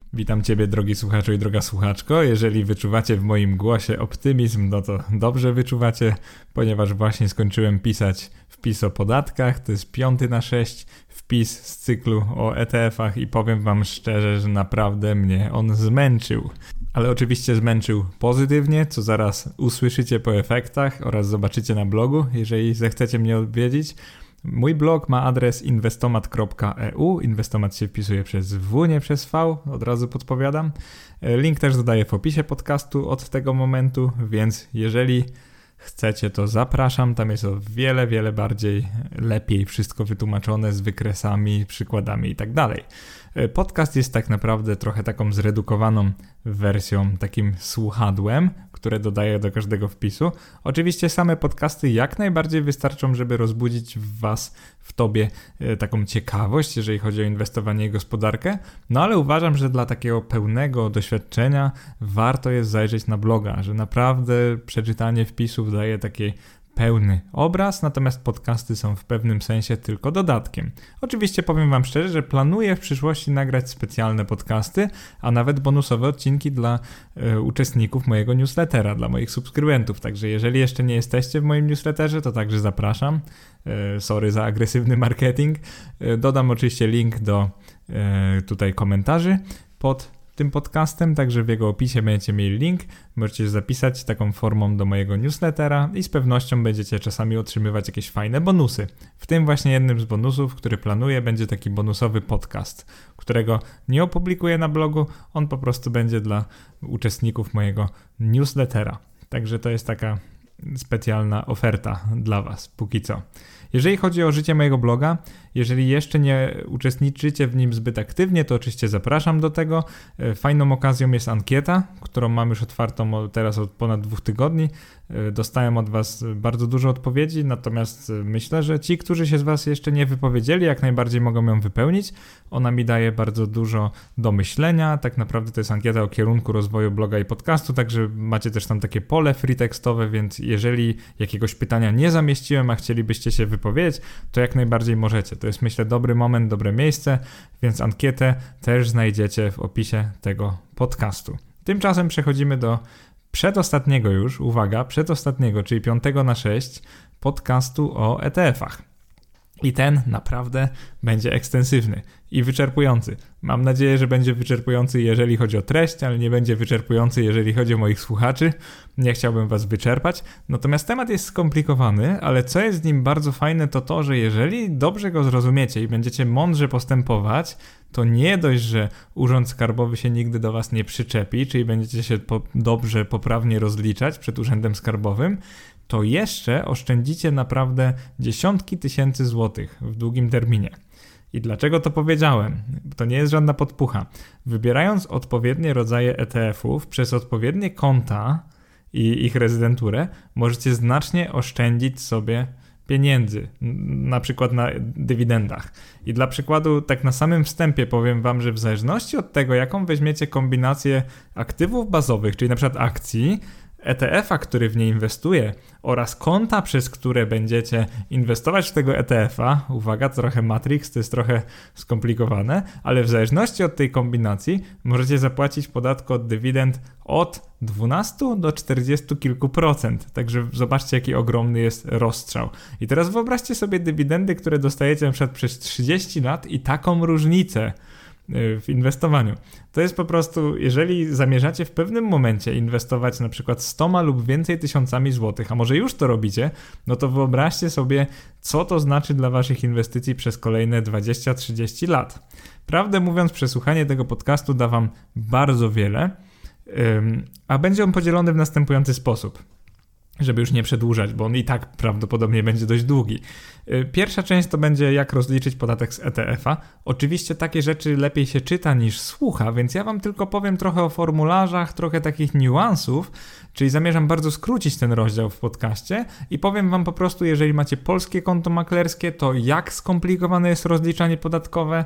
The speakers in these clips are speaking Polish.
Witam Ciebie, drogi słuchaczu i droga słuchaczko. Jeżeli wyczuwacie w moim głosie optymizm, no to dobrze wyczuwacie, ponieważ właśnie skończyłem pisać wpis o podatkach. To jest 5 na 6 wpis z cyklu o ETF-ach i powiem Wam szczerze, że naprawdę mnie on zmęczył. Ale oczywiście zmęczył pozytywnie, co zaraz usłyszycie po efektach oraz zobaczycie na blogu, jeżeli zechcecie mnie odwiedzić. Mój blog ma adres inwestomat.eu. Inwestomat się wpisuje przez W, nie przez V, od razu podpowiadam. Link też dodaję w opisie podcastu od tego momentu, więc jeżeli chcecie, to zapraszam. Tam jest o wiele bardziej lepiej wszystko wytłumaczone z wykresami, przykładami i tak dalej. Podcast jest tak naprawdę trochę taką zredukowaną wersją, takim słuchadłem, które dodaję do każdego wpisu. Oczywiście same podcasty jak najbardziej wystarczą, żeby rozbudzić w tobie taką ciekawość, jeżeli chodzi o inwestowanie i gospodarkę, no ale uważam, że dla takiego pełnego doświadczenia warto jest zajrzeć na bloga, że naprawdę przeczytanie wpisów daje taki pełny obraz, natomiast podcasty są w pewnym sensie tylko dodatkiem. Oczywiście powiem Wam szczerze, że planuję w przyszłości nagrać specjalne podcasty, a nawet bonusowe odcinki dla uczestników mojego newslettera, dla moich subskrybentów. Także jeżeli jeszcze nie jesteście w moim newsletterze, to także zapraszam. Sorry za agresywny marketing. Dodam oczywiście link do tutaj komentarzy pod tym podcastem, także w jego opisie będziecie mieli link, możecie się zapisać taką formą do mojego newslettera i z pewnością będziecie czasami otrzymywać jakieś fajne bonusy. W tym właśnie jednym z bonusów, który planuję, będzie taki bonusowy podcast, którego nie opublikuję na blogu, on po prostu będzie dla uczestników mojego newslettera. Także to jest taka specjalna oferta dla Was, póki co. Jeżeli chodzi o życie mojego bloga, jeżeli jeszcze nie uczestniczycie w nim zbyt aktywnie, to oczywiście zapraszam do tego. Fajną okazją jest ankieta, którą mam już otwartą teraz od ponad 2 tygodni. Dostałem od Was bardzo dużo odpowiedzi, natomiast myślę, że ci, którzy się z Was jeszcze nie wypowiedzieli, jak najbardziej mogą ją wypełnić. Ona mi daje bardzo dużo do myślenia. Tak naprawdę to jest ankieta o kierunku rozwoju bloga i podcastu, także macie też tam takie pole free tekstowe, więc jeżeli jakiegoś pytania nie zamieściłem, a chcielibyście się wypowiedzieć, to jak najbardziej możecie. To jest, myślę, dobry moment, dobre miejsce, więc ankietę też znajdziecie w opisie tego podcastu. Tymczasem przechodzimy do przedostatniego już, uwaga, przedostatniego, czyli 5 na 6 podcastu o ETF-ach. I ten naprawdę będzie ekstensywny i wyczerpujący. Mam nadzieję, że będzie wyczerpujący, jeżeli chodzi o treść, ale nie będzie wyczerpujący, jeżeli chodzi o moich słuchaczy. Nie chciałbym Was wyczerpać. Natomiast temat jest skomplikowany, ale co jest z nim bardzo fajne, to to, że jeżeli dobrze go zrozumiecie i będziecie mądrze postępować, to nie dość, że Urząd Skarbowy się nigdy do Was nie przyczepi, czyli będziecie się dobrze, poprawnie rozliczać przed Urzędem Skarbowym, to jeszcze oszczędzicie naprawdę dziesiątki tysięcy złotych w długim terminie. I dlaczego to powiedziałem? To nie jest żadna podpucha. Wybierając odpowiednie rodzaje ETF-ów przez odpowiednie konta i ich rezydenturę, możecie znacznie oszczędzić sobie pieniędzy, na przykład na dywidendach. I dla przykładu, tak na samym wstępie powiem Wam, że w zależności od tego, jaką weźmiecie kombinację aktywów bazowych, czyli na przykład akcji, ETF-a, który w nie inwestuje oraz konta, przez które będziecie inwestować w tego ETF-a, uwaga, trochę Matrix, to jest trochę skomplikowane, ale w zależności od tej kombinacji możecie zapłacić podatku od dywidend od 12 do 40 kilku procent. Także zobaczcie, jaki ogromny jest rozstrzał. I teraz wyobraźcie sobie dywidendy, które dostajecie na przykład przez 30 lat i taką różnicę w inwestowaniu. To jest po prostu, jeżeli zamierzacie w pewnym momencie inwestować na przykład 100 lub więcej tysiącami złotych, a może już to robicie, no to wyobraźcie sobie, co to znaczy dla Waszych inwestycji przez kolejne 20-30 lat. Prawdę mówiąc, przesłuchanie tego podcastu da Wam bardzo wiele, a będzie on podzielony w następujący sposób, żeby już nie przedłużać, bo on i tak prawdopodobnie będzie dość długi. Pierwsza część to będzie jak rozliczyć podatek z ETF-a. Oczywiście takie rzeczy lepiej się czyta niż słucha, więc ja Wam tylko powiem trochę o formularzach, trochę takich niuansów, czyli zamierzam bardzo skrócić ten rozdział w podcaście i powiem Wam po prostu, jeżeli macie polskie konto maklerskie, to jak skomplikowane jest rozliczanie podatkowe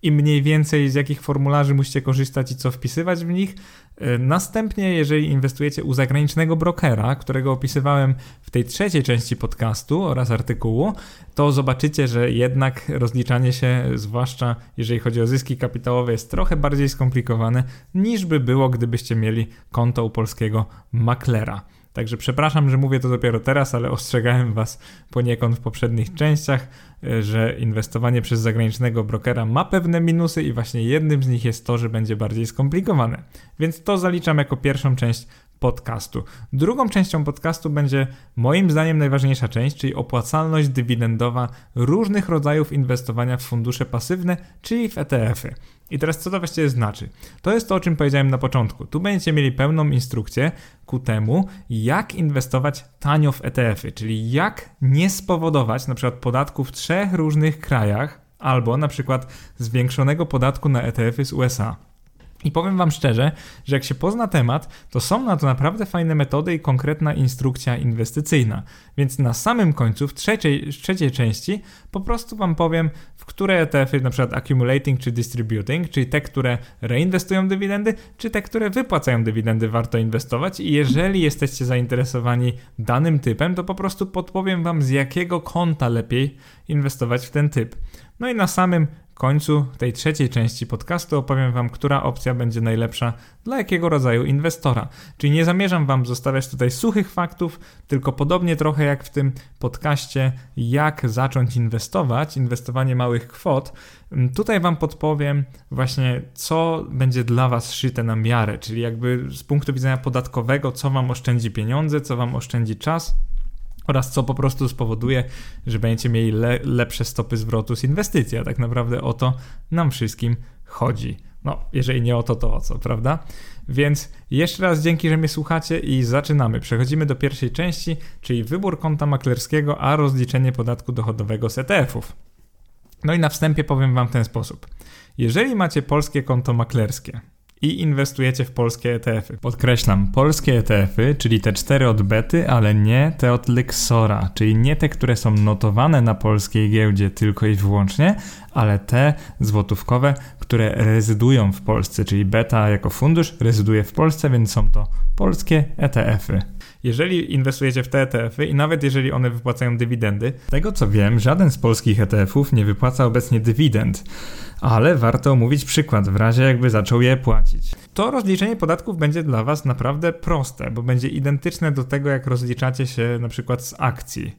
i mniej więcej z jakich formularzy musicie korzystać i co wpisywać w nich. Następnie, jeżeli inwestujecie u zagranicznego brokera, którego opisywałem w tej trzeciej części podcastu oraz artykułu, to zobaczycie, że jednak rozliczanie się, zwłaszcza jeżeli chodzi o zyski kapitałowe, jest trochę bardziej skomplikowane niż by było, gdybyście mieli konto u polskiego maklera. Także przepraszam, że mówię to dopiero teraz, ale ostrzegałem Was poniekąd w poprzednich częściach, że inwestowanie przez zagranicznego brokera ma pewne minusy i właśnie jednym z nich jest to, że będzie bardziej skomplikowane. Więc to zaliczam jako pierwszą część podcastu. Drugą częścią podcastu będzie moim zdaniem najważniejsza część, czyli opłacalność dywidendowa różnych rodzajów inwestowania w fundusze pasywne, czyli w ETF-y. I teraz co to właściwie znaczy? To jest to, o czym powiedziałem na początku. Tu będziecie mieli pełną instrukcję ku temu, jak inwestować tanio w ETF-y, czyli jak nie spowodować na przykład podatku w 3 różnych krajach albo na przykład zwiększonego podatku na ETF-y z USA. I powiem Wam szczerze, że jak się pozna temat, to są na to naprawdę fajne metody i konkretna instrukcja inwestycyjna. Więc na samym końcu, w trzeciej części, po prostu Wam powiem, w które ETF-y, na przykład accumulating czy distributing, czyli te, które reinwestują dywidendy, czy te, które wypłacają dywidendy, warto inwestować. I jeżeli jesteście zainteresowani danym typem, to po prostu podpowiem Wam, z jakiego konta lepiej inwestować w ten typ. No i na samym końcu tej trzeciej części podcastu opowiem Wam, która opcja będzie najlepsza dla jakiego rodzaju inwestora. Czyli nie zamierzam Wam zostawiać tutaj suchych faktów, tylko podobnie trochę jak w tym podcaście jak zacząć inwestować, inwestowanie małych kwot. Tutaj Wam podpowiem właśnie, co będzie dla Was szyte na miarę, czyli jakby z punktu widzenia podatkowego, co Wam oszczędzi pieniądze, co Wam oszczędzi czas oraz co po prostu spowoduje, że będziecie mieli lepsze stopy zwrotu z inwestycji. A tak naprawdę o to nam wszystkim chodzi. No, jeżeli nie o to, to o co, prawda? Więc jeszcze raz dzięki, że mnie słuchacie i zaczynamy. Przechodzimy do pierwszej części, czyli wybór konta maklerskiego, a rozliczenie podatku dochodowego z ETF-ów. No i na wstępie powiem Wam w ten sposób. Jeżeli macie polskie konto maklerskie i inwestujecie w polskie ETF-y. Podkreślam, polskie ETF-y, czyli te 4 od Bety, ale nie te od Lyxora, czyli nie te, które są notowane na polskiej giełdzie tylko i wyłącznie, ale te złotówkowe, które rezydują w Polsce, czyli Beta jako fundusz rezyduje w Polsce, więc są to polskie ETF-y. Jeżeli inwestujecie w te ETF-y i nawet jeżeli one wypłacają dywidendy, z tego co wiem, żaden z polskich ETF-ów nie wypłaca obecnie dywidend, ale warto omówić przykład w razie jakby zaczął je płacić. To rozliczenie podatków będzie dla Was naprawdę proste, bo będzie identyczne do tego, jak rozliczacie się na przykład z akcji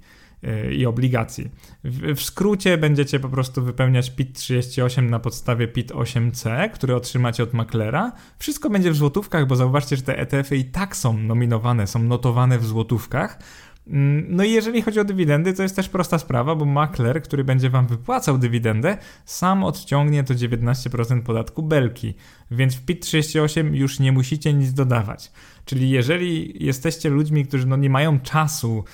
i obligacji. W skrócie będziecie po prostu wypełniać PIT-38 na podstawie PIT-8C, który otrzymacie od maklera. Wszystko będzie w złotówkach, bo zauważcie, że te ETF-y i tak są nominowane, są notowane w złotówkach. No i jeżeli chodzi o dywidendy, to jest też prosta sprawa, bo makler, który będzie Wam wypłacał dywidendę, sam odciągnie to 19% podatku belki, więc w PIT-38 już nie musicie nic dodawać. Czyli jeżeli jesteście ludźmi, którzy nie mają czasu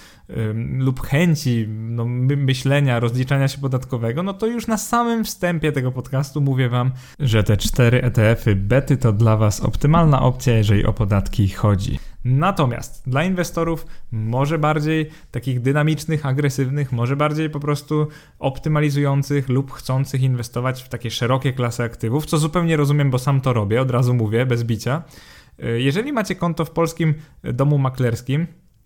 lub chęci myślenia, rozliczania się podatkowego, no to już na samym wstępie tego podcastu mówię Wam, że te 4 ETF-y Bety to dla Was optymalna opcja, jeżeli o podatki chodzi. Natomiast dla inwestorów może bardziej takich dynamicznych, agresywnych, może bardziej po prostu optymalizujących lub chcących inwestować w takie szerokie klasy aktywów, co zupełnie rozumiem, bo sam to robię, od razu mówię, bez bicia. Jeżeli macie konto w polskim domu maklerskim,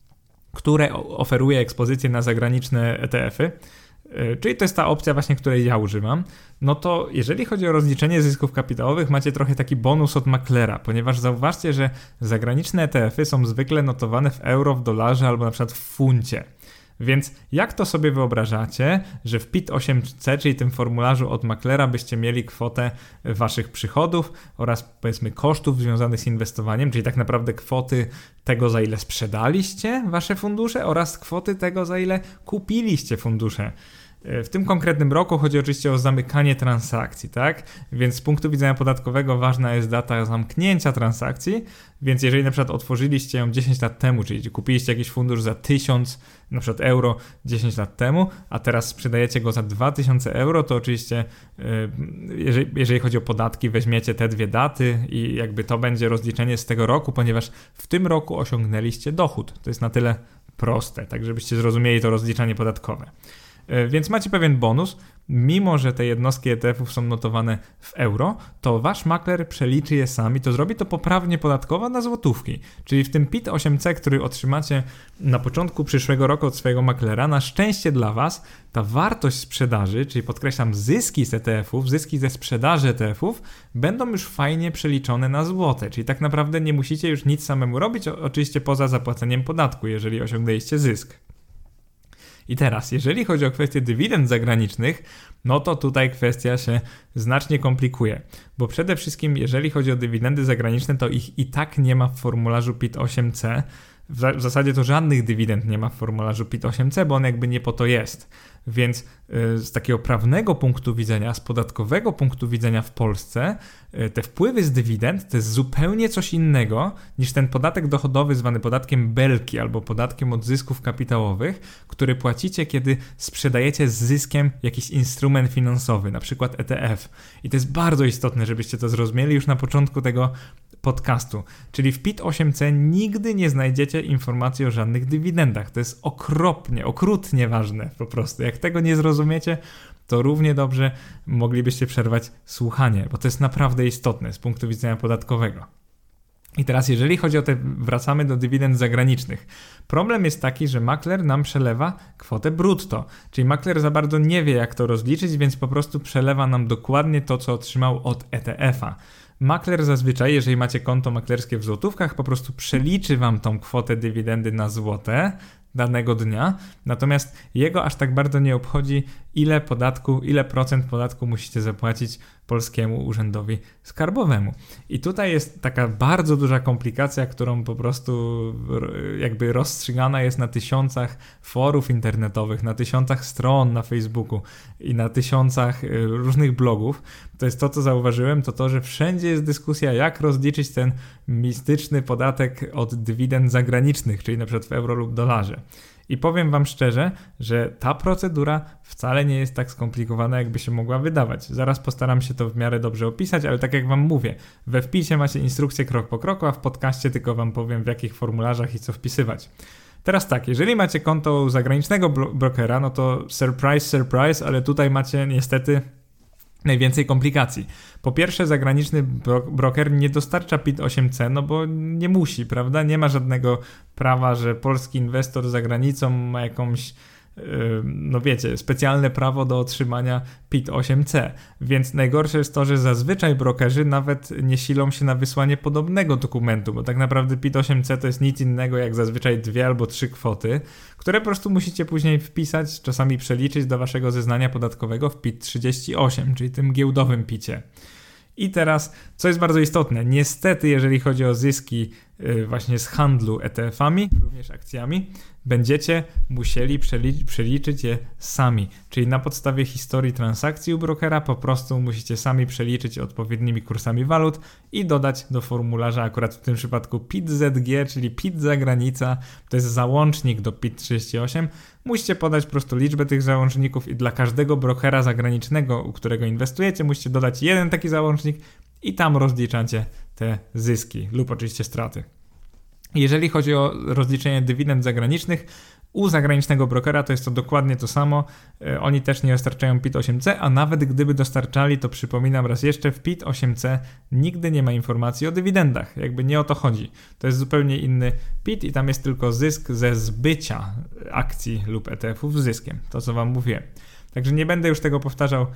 które oferuje ekspozycję na zagraniczne ETF-y, czyli to jest ta opcja właśnie, której ja używam, no to jeżeli chodzi o rozliczenie zysków kapitałowych, macie trochę taki bonus od maklera, ponieważ zauważcie, że zagraniczne ETF-y są zwykle notowane w euro, w dolarze albo na przykład w funcie. Więc jak to sobie wyobrażacie, że w PIT-8C, czyli tym formularzu od maklera, byście mieli kwotę Waszych przychodów oraz powiedzmy kosztów związanych z inwestowaniem, czyli tak naprawdę kwoty tego, za ile sprzedaliście Wasze fundusze oraz kwoty tego, za ile kupiliście fundusze. W tym konkretnym roku chodzi oczywiście o zamykanie transakcji, tak? Więc z punktu widzenia podatkowego ważna jest data zamknięcia transakcji, więc jeżeli na przykład otworzyliście ją 10 lat temu, czyli kupiliście jakiś fundusz za 1000 na przykład euro 10 lat temu, a teraz sprzedajecie go za 2000 euro, to oczywiście jeżeli chodzi o podatki, weźmiecie te dwie daty i jakby to będzie rozliczenie z tego roku, ponieważ w tym roku osiągnęliście dochód. To jest na tyle proste, tak żebyście zrozumieli to rozliczanie podatkowe. Więc macie pewien bonus. Mimo że te jednostki ETF-ów są notowane w euro, to wasz makler przeliczy je sami, to zrobi to poprawnie podatkowo na złotówki. Czyli w tym PIT 8C, który otrzymacie na początku przyszłego roku od swojego maklera, na szczęście dla was ta wartość sprzedaży, czyli podkreślam zyski z ETF-ów, zyski ze sprzedaży ETF-ów będą już fajnie przeliczone na złote. Czyli tak naprawdę nie musicie już nic samemu robić, oczywiście poza zapłaceniem podatku, jeżeli osiągnęliście zysk. I teraz, jeżeli chodzi o kwestię dywidend zagranicznych, no to tutaj kwestia się znacznie komplikuje, bo przede wszystkim jeżeli chodzi o dywidendy zagraniczne, to ich i tak nie ma w formularzu PIT 8C. W zasadzie to żadnych dywidend nie ma w formularzu PIT 8C, bo on jakby nie po to jest. Więc z takiego prawnego punktu widzenia, z podatkowego punktu widzenia w Polsce, te wpływy z dywidend to jest zupełnie coś innego niż ten podatek dochodowy zwany podatkiem Belki albo podatkiem od zysków kapitałowych, który płacicie, kiedy sprzedajecie z zyskiem jakiś instrument finansowy, na przykład ETF. I to jest bardzo istotne, żebyście to zrozumieli już na początku tego podcastu. Czyli w PIT 8C nigdy nie znajdziecie informacji o żadnych dywidendach. To jest okrutnie ważne po prostu. Jak tego nie zrozumiecie, to równie dobrze moglibyście przerwać słuchanie, bo to jest naprawdę istotne z punktu widzenia podatkowego. I teraz jeżeli chodzi o wracamy do dywidend zagranicznych. Problem jest taki, że makler nam przelewa kwotę brutto, czyli makler za bardzo nie wie, jak to rozliczyć, więc po prostu przelewa nam dokładnie to, co otrzymał od ETF-a. Makler zazwyczaj, jeżeli macie konto maklerskie w złotówkach, po prostu przeliczy wam tą kwotę dywidendy na złote danego dnia, natomiast jego aż tak bardzo nie obchodzi, ile procent podatku musicie zapłacić polskiemu urzędowi skarbowemu. I tutaj jest taka bardzo duża komplikacja, którą po prostu jakby rozstrzygana jest na tysiącach forów internetowych, na tysiącach stron na Facebooku i na tysiącach różnych blogów. To jest to, co zauważyłem, to, że wszędzie jest dyskusja, jak rozliczyć ten mistyczny podatek od dywidend zagranicznych, czyli na przykład w euro lub dolarze. I powiem wam szczerze, że ta procedura wcale nie jest tak skomplikowana, jakby się mogła wydawać. Zaraz postaram się to w miarę dobrze opisać, ale tak jak wam mówię, we wpisie macie instrukcję krok po kroku, a w podcaście tylko wam powiem, w jakich formularzach i co wpisywać. Teraz tak, jeżeli macie konto u zagranicznego brokera, no to surprise, ale tutaj macie niestety najwięcej komplikacji. Po pierwsze, zagraniczny broker nie dostarcza PIT 8C, no bo nie musi, prawda? Nie ma żadnego prawa, że polski inwestor za granicą ma jakąś, no wiecie, specjalne prawo do otrzymania PIT 8C. Więc najgorsze jest to, że zazwyczaj brokerzy nawet nie silą się na wysłanie podobnego dokumentu, bo tak naprawdę PIT 8C to jest nic innego jak zazwyczaj 2 albo 3 kwoty, które po prostu musicie później wpisać, czasami przeliczyć do waszego zeznania podatkowego w PIT 38, czyli tym giełdowym PIT-cie. I teraz, co jest bardzo istotne, niestety jeżeli chodzi o zyski właśnie z handlu ETF-ami, również akcjami, będziecie musieli przeliczyć je sami, czyli na podstawie historii transakcji u brokera po prostu musicie sami przeliczyć odpowiednimi kursami walut i dodać do formularza akurat w tym przypadku PIT-ZG, czyli PIT zagranica, to jest załącznik do PIT 38, musicie podać po prostu liczbę tych załączników i dla każdego brokera zagranicznego, u którego inwestujecie, musicie dodać jeden taki załącznik i tam rozliczacie te zyski lub oczywiście straty. Jeżeli chodzi o rozliczenie dywidend zagranicznych, u zagranicznego brokera to jest to dokładnie to samo. Oni też nie dostarczają PIT 8C, a nawet gdyby dostarczali, to przypominam raz jeszcze, w PIT 8C nigdy nie ma informacji o dywidendach. Jakby nie o to chodzi. To jest zupełnie inny PIT i tam jest tylko zysk ze zbycia akcji lub ETF-ów z zyskiem. To, co wam mówiłem. Także nie będę już tego powtarzał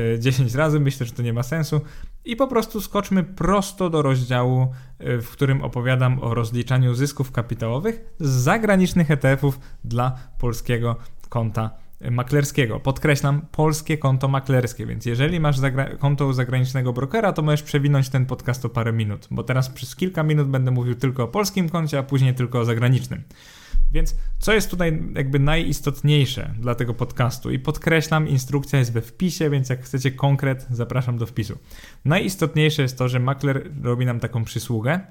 10 razy, myślę, że to nie ma sensu. I po prostu skoczmy prosto do rozdziału, w którym opowiadam o rozliczaniu zysków kapitałowych z zagranicznych ETF-ów dla polskiego konta maklerskiego. Podkreślam, polskie konto maklerskie, więc jeżeli masz konto u zagranicznego brokera, to możesz przewinąć ten podcast o parę minut, bo teraz przez kilka minut będę mówił tylko o polskim koncie, a później tylko o zagranicznym. Więc co jest tutaj jakby najistotniejsze dla tego podcastu? I podkreślam, instrukcja jest we wpisie, więc jak chcecie konkret, zapraszam do wpisu. Najistotniejsze jest to, że makler robi nam taką przysługę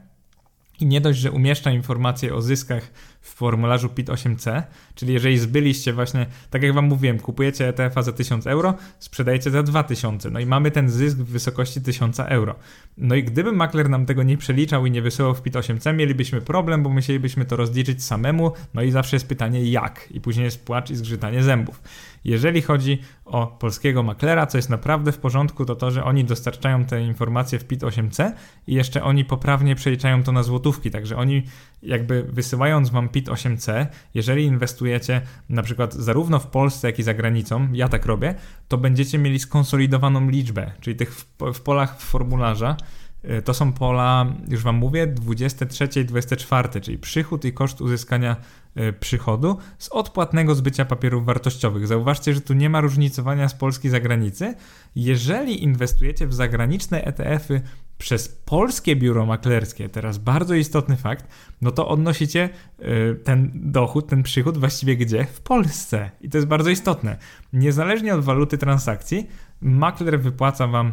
i nie dość, że umieszcza informacje o zyskach w formularzu PIT 8C, czyli jeżeli zbyliście właśnie, tak jak wam mówiłem, kupujecie ETF-a za 1000 euro, sprzedajecie za 2000, no i mamy ten zysk w wysokości 1000 euro. No i gdyby makler nam tego nie przeliczał i nie wysyłał w PIT 8C, mielibyśmy problem, bo musielibyśmy to rozliczyć samemu, no i zawsze jest pytanie jak, i później jest płacz i zgrzytanie zębów. Jeżeli chodzi o polskiego maklera, co jest naprawdę w porządku, to to, że oni dostarczają te informacje w PIT-8C i jeszcze oni poprawnie przeliczają to na złotówki, także oni jakby wysyłając wam PIT-8C, jeżeli inwestujecie na przykład zarówno w Polsce, jak i za granicą, ja tak robię, to będziecie mieli skonsolidowaną liczbę, czyli tych w polach formularza. To są pola, już wam mówię, 23 i 24, czyli przychód i koszt uzyskania przychodu z odpłatnego zbycia papierów wartościowych. Zauważcie, że tu nie ma różnicowania z Polski za granicę. Jeżeli inwestujecie w zagraniczne ETF-y przez polskie biuro maklerskie, teraz bardzo istotny fakt, no to odnosicie ten dochód, ten przychód właściwie gdzie? W Polsce. I to jest bardzo istotne. Niezależnie od waluty transakcji, makler wypłaca wam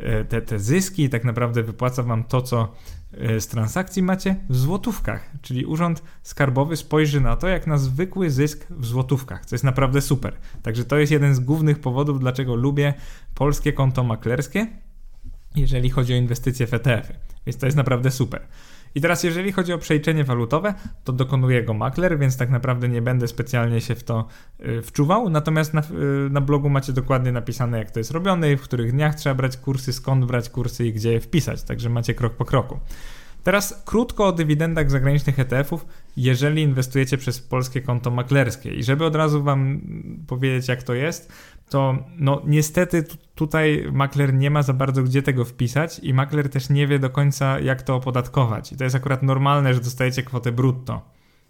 te zyski i tak naprawdę wypłaca wam to, co z transakcji macie w złotówkach. Czyli Urząd Skarbowy spojrzy na to jak na zwykły zysk w złotówkach, co jest naprawdę super. Także to jest jeden z głównych powodów, dlaczego lubię polskie konto maklerskie, jeżeli chodzi o inwestycje w ETF-y. Więc to jest naprawdę super. I teraz jeżeli chodzi o przeliczenie walutowe, to dokonuje go makler, więc tak naprawdę nie będę specjalnie się w to wczuwał, natomiast na blogu macie dokładnie napisane, jak to jest robione, w których dniach trzeba brać kursy, skąd brać kursy i gdzie je wpisać, także macie krok po kroku. Teraz krótko o dywidendach zagranicznych ETF-ów, jeżeli inwestujecie przez polskie konto maklerskie. I żeby od razu wam powiedzieć, jak to jest, to no niestety tutaj makler nie ma za bardzo gdzie tego wpisać i makler też nie wie do końca, jak to opodatkować. I to jest akurat normalne, że dostajecie kwotę brutto.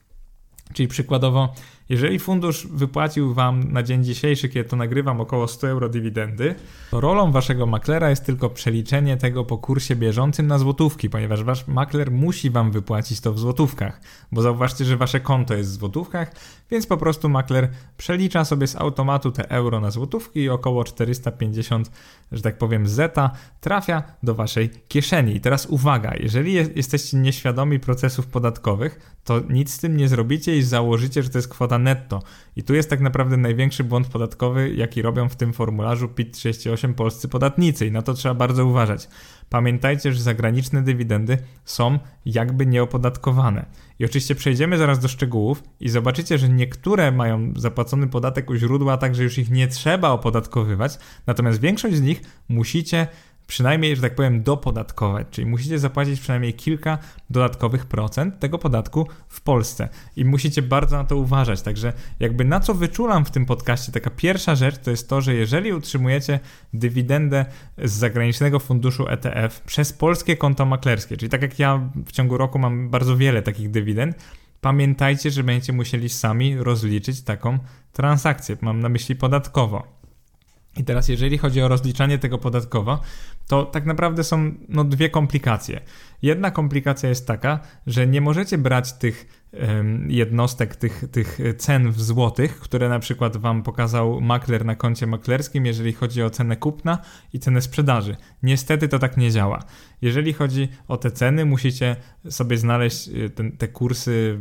Czyli przykładowo, jeżeli fundusz wypłacił wam na dzień dzisiejszy, kiedy to nagrywam, około 100 euro dywidendy, to rolą waszego maklera jest tylko przeliczenie tego po kursie bieżącym na złotówki, ponieważ wasz makler musi wam wypłacić to w złotówkach, bo zauważcie, że wasze konto jest w złotówkach, więc po prostu makler przelicza sobie z automatu te euro na złotówki i około 450, że tak powiem, zeta trafia do waszej kieszeni. I teraz uwaga, jeżeli jesteście nieświadomi procesów podatkowych, to nic z tym nie zrobicie i założycie, że to jest kwota netto. I tu jest tak naprawdę największy błąd podatkowy, jaki robią w tym formularzu PIT-38 polscy podatnicy i na to trzeba bardzo uważać. Pamiętajcie, że zagraniczne dywidendy są jakby nieopodatkowane. I oczywiście przejdziemy zaraz do szczegółów i zobaczycie, że niektóre mają zapłacony podatek u źródła, tak że już ich nie trzeba opodatkowywać, natomiast większość z nich musicie przynajmniej, że tak powiem, dopodatkować, czyli musicie zapłacić przynajmniej kilka dodatkowych procent tego podatku w Polsce i musicie bardzo na to uważać, także jakby na co wyczulam w tym podcaście, taka pierwsza rzecz to jest to, że jeżeli utrzymujecie dywidendę z zagranicznego funduszu ETF przez polskie konto maklerskie, czyli tak jak ja w ciągu roku mam bardzo wiele takich dywidend, pamiętajcie, że będziecie musieli sami rozliczyć taką transakcję, mam na myśli podatkowo. I teraz jeżeli chodzi o rozliczanie tego podatkowo, to tak naprawdę są dwie komplikacje. Jedna komplikacja jest taka, że nie możecie brać tych jednostek, tych cen w złotych, które na przykład wam pokazał makler na koncie maklerskim, jeżeli chodzi o cenę kupna i cenę sprzedaży. Niestety to tak nie działa. Jeżeli chodzi o te ceny, musicie sobie znaleźć te kursy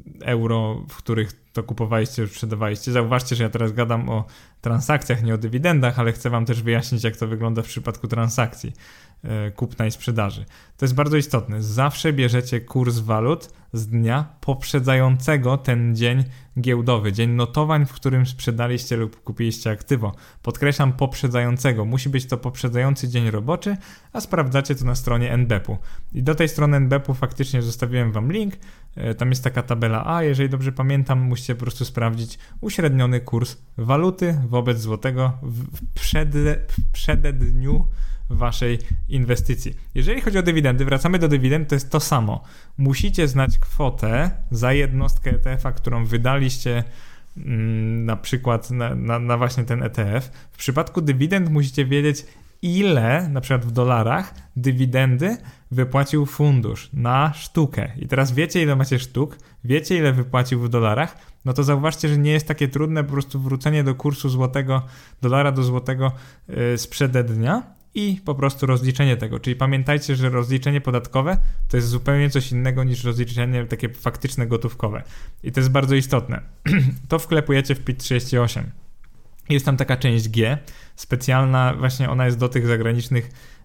euro, w których to kupowaliście lub sprzedawaliście. Zauważcie, że ja teraz gadam o transakcjach, nie o dywidendach, ale chcę wam też wyjaśnić, jak to wygląda w przypadku transakcji kupna i sprzedaży. To jest bardzo istotne. Zawsze bierzecie kurs walut z dnia poprzedzającego ten dzień giełdowy, dzień notowań, w którym sprzedaliście lub kupiliście aktywo. Podkreślam poprzedzającego. Musi być to poprzedzający dzień roboczy, a sprawdzacie to na stronie NBP-u. I do tej strony NBP-u faktycznie zostawiłem wam link. Tam jest taka tabela A, jeżeli dobrze pamiętam, musicie po prostu sprawdzić uśredniony kurs waluty wobec złotego w przededniu waszej inwestycji. Jeżeli chodzi o dywidendy, wracamy do dywidend, to jest to samo. Musicie znać kwotę za jednostkę ETF-a, którą wydaliście na przykład na właśnie ten ETF. W przypadku dywidend musicie wiedzieć, ile, na przykład w dolarach, dywidendy wypłacił fundusz na sztukę. I teraz wiecie, ile macie sztuk, wiecie, ile wypłacił w dolarach, no to zauważcie, że nie jest takie trudne po prostu wrócenie do kursu złotego, dolara do złotego sprzed dnia i po prostu rozliczenie tego. Czyli pamiętajcie, że rozliczenie podatkowe to jest zupełnie coś innego niż rozliczenie takie faktyczne gotówkowe. I to jest bardzo istotne. To wklepujecie w PIT-38. Jest tam taka część G, specjalna, właśnie ona jest do tych zagranicznych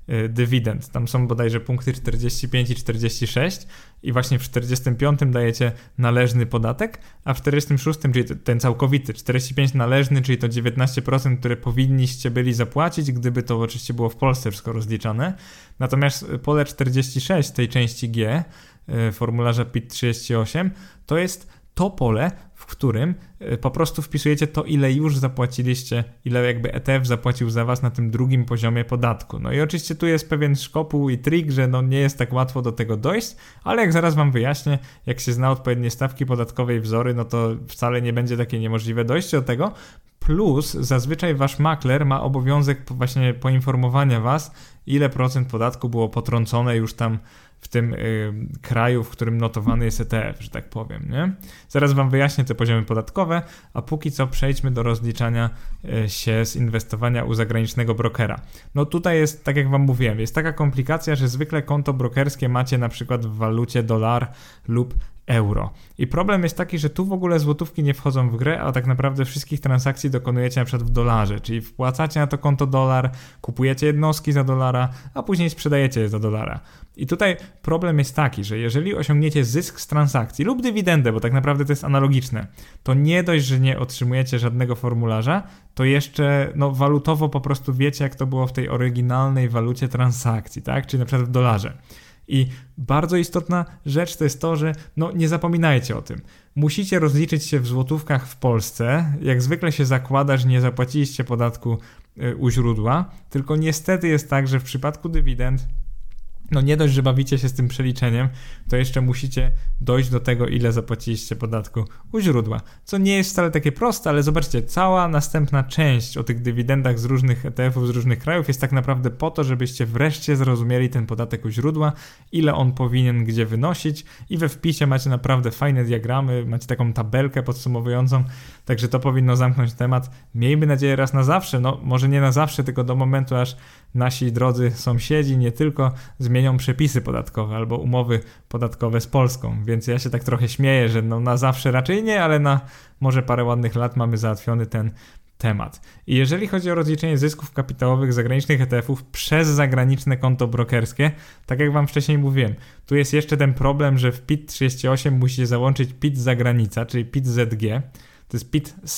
dywidend. Tam są bodajże punkty 45 i 46 i właśnie w 45 dajecie należny podatek, a w 46, czyli ten całkowity, 45 należny, czyli to 19%, które powinniście byli zapłacić, gdyby to oczywiście było w Polsce wszystko rozliczane. Natomiast pole 46 tej części G formularza PIT-38 to jest to pole, w którym po prostu wpisujecie to, ile już zapłaciliście, ile jakby ETF zapłacił za was na tym drugim poziomie podatku. No i oczywiście tu jest pewien szkopuł i trik, że no nie jest tak łatwo do tego dojść, ale jak zaraz wam wyjaśnię, jak się zna odpowiednie stawki podatkowe i wzory, no to wcale nie będzie takie niemożliwe dojście do tego. Plus zazwyczaj wasz makler ma obowiązek właśnie poinformowania was, ile procent podatku było potrącone już tam w tym kraju, w którym notowany jest ETF, że tak powiem, nie? Zaraz wam wyjaśnię te poziomy podatkowe, a póki co przejdźmy do rozliczania się z inwestowania u zagranicznego brokera. No tutaj jest, tak jak wam mówiłem, jest taka komplikacja, że zwykle konto brokerskie macie na przykład w walucie dolar lub euro. I problem jest taki, że tu w ogóle złotówki nie wchodzą w grę, a tak naprawdę wszystkich transakcji dokonujecie na przykład w dolarze, czyli wpłacacie na to konto dolar, kupujecie jednostki za dolara, a później sprzedajecie je za dolara. I tutaj problem jest taki, że jeżeli osiągniecie zysk z transakcji lub dywidendę, bo tak naprawdę to jest analogiczne, to nie dość, że nie otrzymujecie żadnego formularza, to jeszcze walutowo po prostu wiecie, jak to było w tej oryginalnej walucie transakcji, tak? Czyli na przykład w dolarze. I bardzo istotna rzecz to jest to, że nie zapominajcie o tym. Musicie rozliczyć się w złotówkach w Polsce. Jak zwykle się zakłada, że nie zapłaciliście podatku u źródła, tylko niestety jest tak, że w przypadku dywidend nie dość, że bawicie się z tym przeliczeniem, to jeszcze musicie dojść do tego, ile zapłaciliście podatku u źródła. Co nie jest wcale takie proste, ale zobaczcie, cała następna część o tych dywidendach z różnych ETF-ów, z różnych krajów jest tak naprawdę po to, żebyście wreszcie zrozumieli ten podatek u źródła, ile on powinien gdzie wynosić i we wpisie macie naprawdę fajne diagramy, macie taką tabelkę podsumowującą, także to powinno zamknąć temat. Miejmy nadzieję raz na zawsze, może nie na zawsze, tylko do momentu, aż nasi drodzy sąsiedzi nie tylko zmienią przepisy podatkowe albo umowy podatkowe z Polską, więc ja się tak trochę śmieję, że na zawsze raczej nie, ale na może parę ładnych lat mamy załatwiony ten temat. I jeżeli chodzi o rozliczenie zysków kapitałowych zagranicznych ETF-ów przez zagraniczne konto brokerskie, tak jak wam wcześniej mówiłem, tu jest jeszcze ten problem, że w PIT-38 musicie załączyć PIT zagranica, czyli PIT-ZG, to jest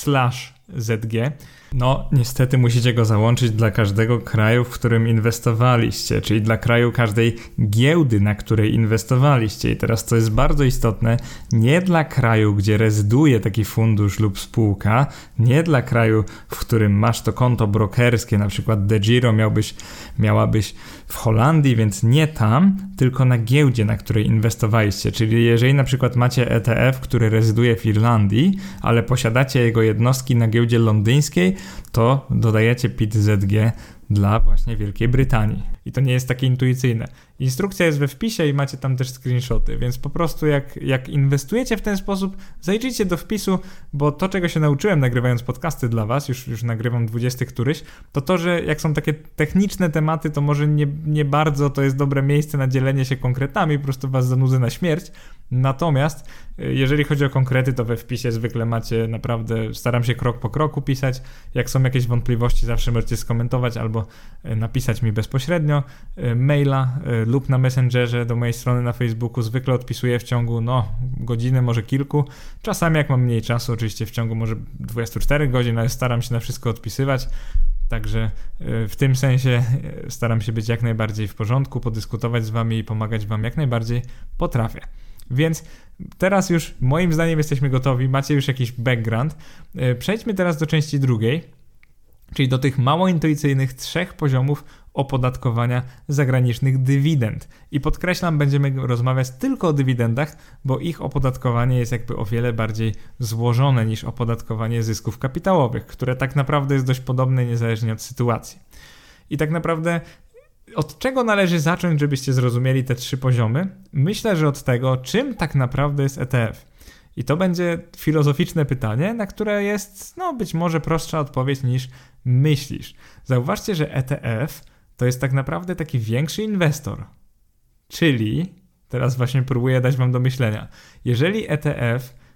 PIT/ZG. Niestety musicie go załączyć dla każdego kraju, w którym inwestowaliście, czyli dla kraju każdej giełdy, na której inwestowaliście. I teraz to jest bardzo istotne, nie dla kraju, gdzie rezyduje taki fundusz lub spółka, nie dla kraju, w którym masz to konto brokerskie, na przykład DEGIRO miałabyś w Holandii, więc nie tam, tylko na giełdzie, na której inwestowaliście. Czyli jeżeli na przykład macie ETF, który rezyduje w Irlandii, ale posiadacie jego jednostki na giełdzie londyńskiej, to dodajecie PIT-ZG dla właśnie Wielkiej Brytanii. I to nie jest takie intuicyjne. Instrukcja jest we wpisie i macie tam też screenshoty, więc po prostu jak inwestujecie w ten sposób, zajrzyjcie do wpisu, bo to, czego się nauczyłem nagrywając podcasty dla was, już nagrywam 20 któryś, to, że jak są takie techniczne tematy, to może nie bardzo to jest dobre miejsce na dzielenie się konkretami, po prostu was zanudzę na śmierć. Natomiast jeżeli chodzi o konkrety, to we wpisie zwykle macie naprawdę, staram się krok po kroku pisać. Jak są jakieś wątpliwości, zawsze możecie skomentować albo napisać mi bezpośrednio maila lub na Messengerze do mojej strony na Facebooku. Zwykle odpisuję w ciągu godziny, może kilku. Czasami jak mam mniej czasu, oczywiście w ciągu może 24 godzin, ale staram się na wszystko odpisywać. Także w tym sensie staram się być jak najbardziej w porządku, podyskutować z wami i pomagać wam jak najbardziej potrafię. Więc teraz już moim zdaniem jesteśmy gotowi, macie już jakiś background. Przejdźmy teraz do części drugiej, czyli do tych mało intuicyjnych 3 poziomów opodatkowania zagranicznych dywidend. I podkreślam, będziemy rozmawiać tylko o dywidendach, bo ich opodatkowanie jest jakby o wiele bardziej złożone niż opodatkowanie zysków kapitałowych, które tak naprawdę jest dość podobne niezależnie od sytuacji. I tak naprawdę od czego należy zacząć, żebyście zrozumieli te 3 poziomy? Myślę, że od tego, czym tak naprawdę jest ETF. I to będzie filozoficzne pytanie, na które jest być może prostsza odpowiedź niż myślisz. Zauważcie, że ETF to jest tak naprawdę taki większy inwestor. Czyli, teraz właśnie próbuję dać wam do myślenia, jeżeli ETF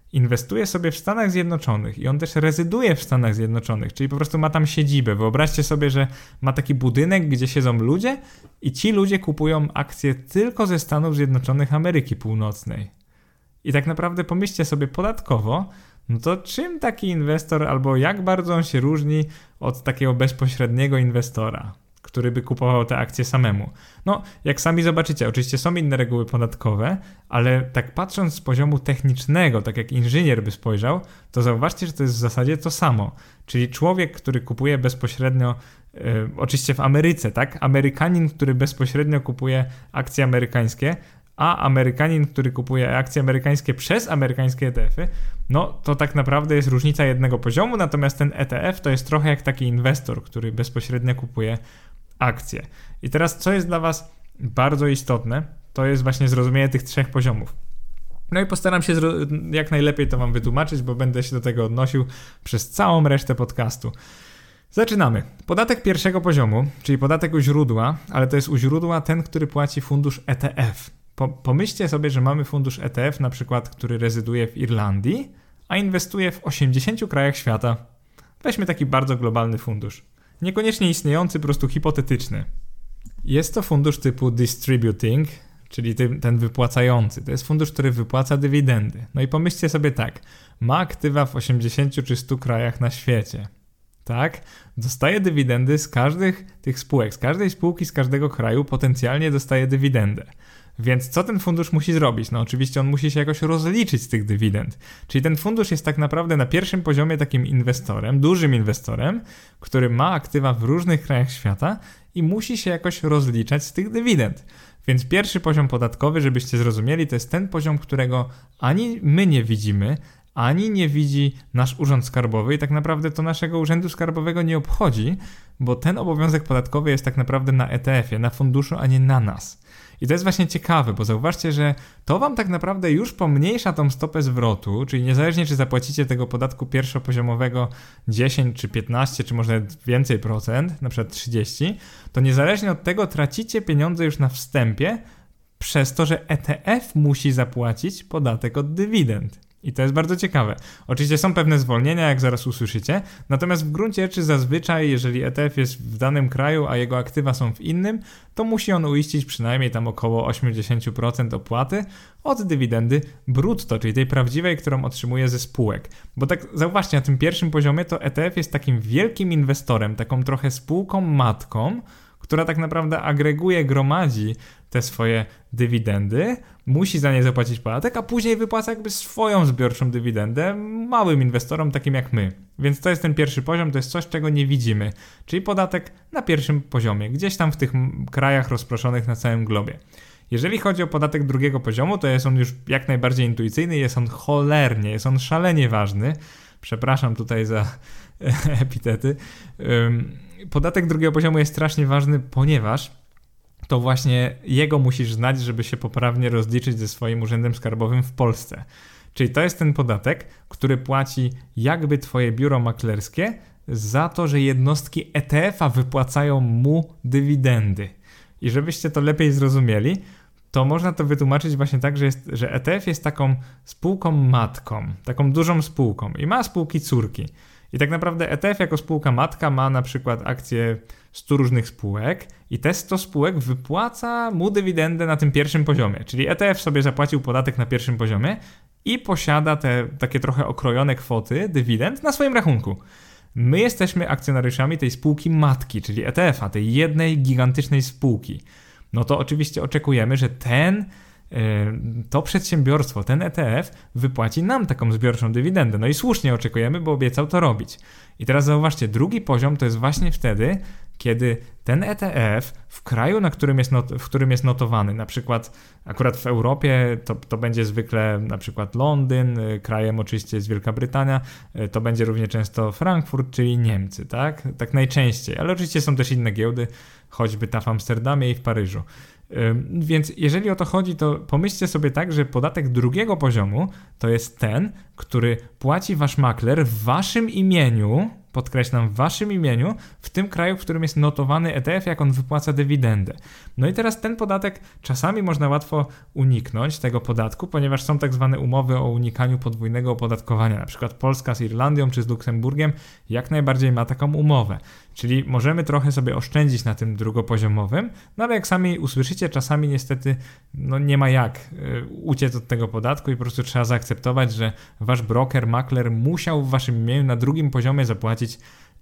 inwestuje sobie w Stanach Zjednoczonych i on też rezyduje w Stanach Zjednoczonych, czyli po prostu ma tam siedzibę. Wyobraźcie sobie, że ma taki budynek, gdzie siedzą ludzie i ci ludzie kupują akcje tylko ze Stanów Zjednoczonych Ameryki Północnej. I tak naprawdę pomyślcie sobie podatkowo, no to czym taki inwestor albo jak bardzo on się różni od takiego bezpośredniego inwestora, który by kupował te akcje samemu. No, jak sami zobaczycie, oczywiście są inne reguły podatkowe, ale tak patrząc z poziomu technicznego, tak jak inżynier by spojrzał, to zauważcie, że to jest w zasadzie to samo. Czyli człowiek, który kupuje bezpośrednio, oczywiście w Ameryce, tak? Amerykanin, który bezpośrednio kupuje akcje amerykańskie, a Amerykanin, który kupuje akcje amerykańskie przez amerykańskie ETF-y, no to tak naprawdę jest różnica jednego poziomu, natomiast ten ETF to jest trochę jak taki inwestor, który bezpośrednio kupuje akcje. I teraz co jest dla Was bardzo istotne, to jest właśnie zrozumienie tych 3 poziomów. No i postaram się jak najlepiej to Wam wytłumaczyć, bo będę się do tego odnosił przez całą resztę podcastu. Zaczynamy. Podatek pierwszego poziomu, czyli podatek u źródła, ale to jest u źródła ten, który płaci fundusz ETF. Pomyślcie sobie, że mamy fundusz ETF, na przykład, który rezyduje w Irlandii, a inwestuje w 80 krajach świata. Weźmy taki bardzo globalny fundusz. Niekoniecznie istniejący, po prostu hipotetyczny. Jest to fundusz typu distributing, czyli ten wypłacający. To jest fundusz, który wypłaca dywidendy. No i pomyślcie sobie tak, ma aktywa w 80 czy 100 krajach na świecie. Tak? Dostaje dywidendy z każdych tych spółek, z każdej spółki, z każdego kraju potencjalnie dostaje dywidendę. Więc co ten fundusz musi zrobić? No oczywiście on musi się jakoś rozliczyć z tych dywidend. Czyli ten fundusz jest tak naprawdę na pierwszym poziomie takim inwestorem, dużym inwestorem, który ma aktywa w różnych krajach świata i musi się jakoś rozliczać z tych dywidend. Więc pierwszy poziom podatkowy, żebyście zrozumieli, to jest ten poziom, którego ani my nie widzimy, ani nie widzi nasz urząd skarbowy i tak naprawdę to naszego urzędu skarbowego nie obchodzi, bo ten obowiązek podatkowy jest tak naprawdę na ETF-ie, na funduszu, a nie na nas. I to jest właśnie ciekawe, bo zauważcie, że to wam tak naprawdę już pomniejsza tą stopę zwrotu, czyli niezależnie czy zapłacicie tego podatku pierwszopoziomowego 10 czy 15 czy może więcej procent, na przykład 30, to niezależnie od tego tracicie pieniądze już na wstępie przez to, że ETF musi zapłacić podatek od dywidend. I to jest bardzo ciekawe. Oczywiście są pewne zwolnienia, jak zaraz usłyszycie, natomiast w gruncie rzeczy zazwyczaj, jeżeli ETF jest w danym kraju, a jego aktywa są w innym, to musi on uiścić przynajmniej tam około 80% opłaty od dywidendy brutto, czyli tej prawdziwej, którą otrzymuje ze spółek. Bo tak zauważcie, na tym pierwszym poziomie to ETF jest takim wielkim inwestorem, taką trochę spółką matką, która tak naprawdę agreguje, gromadzi te swoje dywidendy, musi za nie zapłacić podatek, a później wypłaca jakby swoją zbiorczą dywidendę małym inwestorom takim jak my. Więc to jest ten pierwszy poziom, to jest coś, czego nie widzimy, czyli podatek na pierwszym poziomie, gdzieś tam w tych krajach rozproszonych na całym globie. Jeżeli chodzi o podatek drugiego poziomu, to jest on już jak najbardziej intuicyjny, jest on szalenie ważny. Przepraszam tutaj za epitety. Podatek drugiego poziomu jest strasznie ważny, ponieważ to właśnie jego musisz znać, żeby się poprawnie rozliczyć ze swoim urzędem skarbowym w Polsce. Czyli to jest ten podatek, który płaci jakby twoje biuro maklerskie za to, że jednostki ETF-a wypłacają mu dywidendy. I żebyście to lepiej zrozumieli, to można to wytłumaczyć właśnie tak, że ETF jest taką spółką matką, taką dużą spółką i ma spółki córki. I tak naprawdę ETF jako spółka matka ma na przykład akcje 100 różnych spółek i te 100 spółek wypłaca mu dywidendę na tym pierwszym poziomie. Czyli ETF sobie zapłacił podatek na pierwszym poziomie i posiada te takie trochę okrojone kwoty dywidend na swoim rachunku. My jesteśmy akcjonariuszami tej spółki matki, czyli ETF-a, tej jednej gigantycznej spółki. No to oczywiście oczekujemy, że to przedsiębiorstwo, ten ETF wypłaci nam taką zbiorczą dywidendę. No i słusznie oczekujemy, bo obiecał to robić. I teraz zauważcie, drugi poziom to jest właśnie wtedy, kiedy ten ETF w kraju, w którym jest notowany, na przykład akurat w Europie to będzie zwykle na przykład Londyn, krajem oczywiście jest Wielka Brytania, to będzie równie często Frankfurt, czyli Niemcy, tak? Tak najczęściej, ale oczywiście są też inne giełdy, choćby ta w Amsterdamie i w Paryżu. Więc jeżeli o to chodzi, to pomyślcie sobie tak, że podatek drugiego poziomu to jest ten, który płaci wasz makler w waszym imieniu, podkreślam, w waszym imieniu, w tym kraju, w którym jest notowany ETF, jak on wypłaca dywidendę. No i teraz ten podatek czasami można łatwo uniknąć tego podatku, ponieważ są tak zwane umowy o unikaniu podwójnego opodatkowania. Na przykład Polska z Irlandią czy z Luksemburgiem jak najbardziej ma taką umowę. Czyli możemy trochę sobie oszczędzić na tym drugopoziomowym, no ale jak sami usłyszycie, czasami niestety nie ma jak uciec od tego podatku i po prostu trzeba zaakceptować, że wasz broker, makler musiał w waszym imieniu na drugim poziomie zapłacić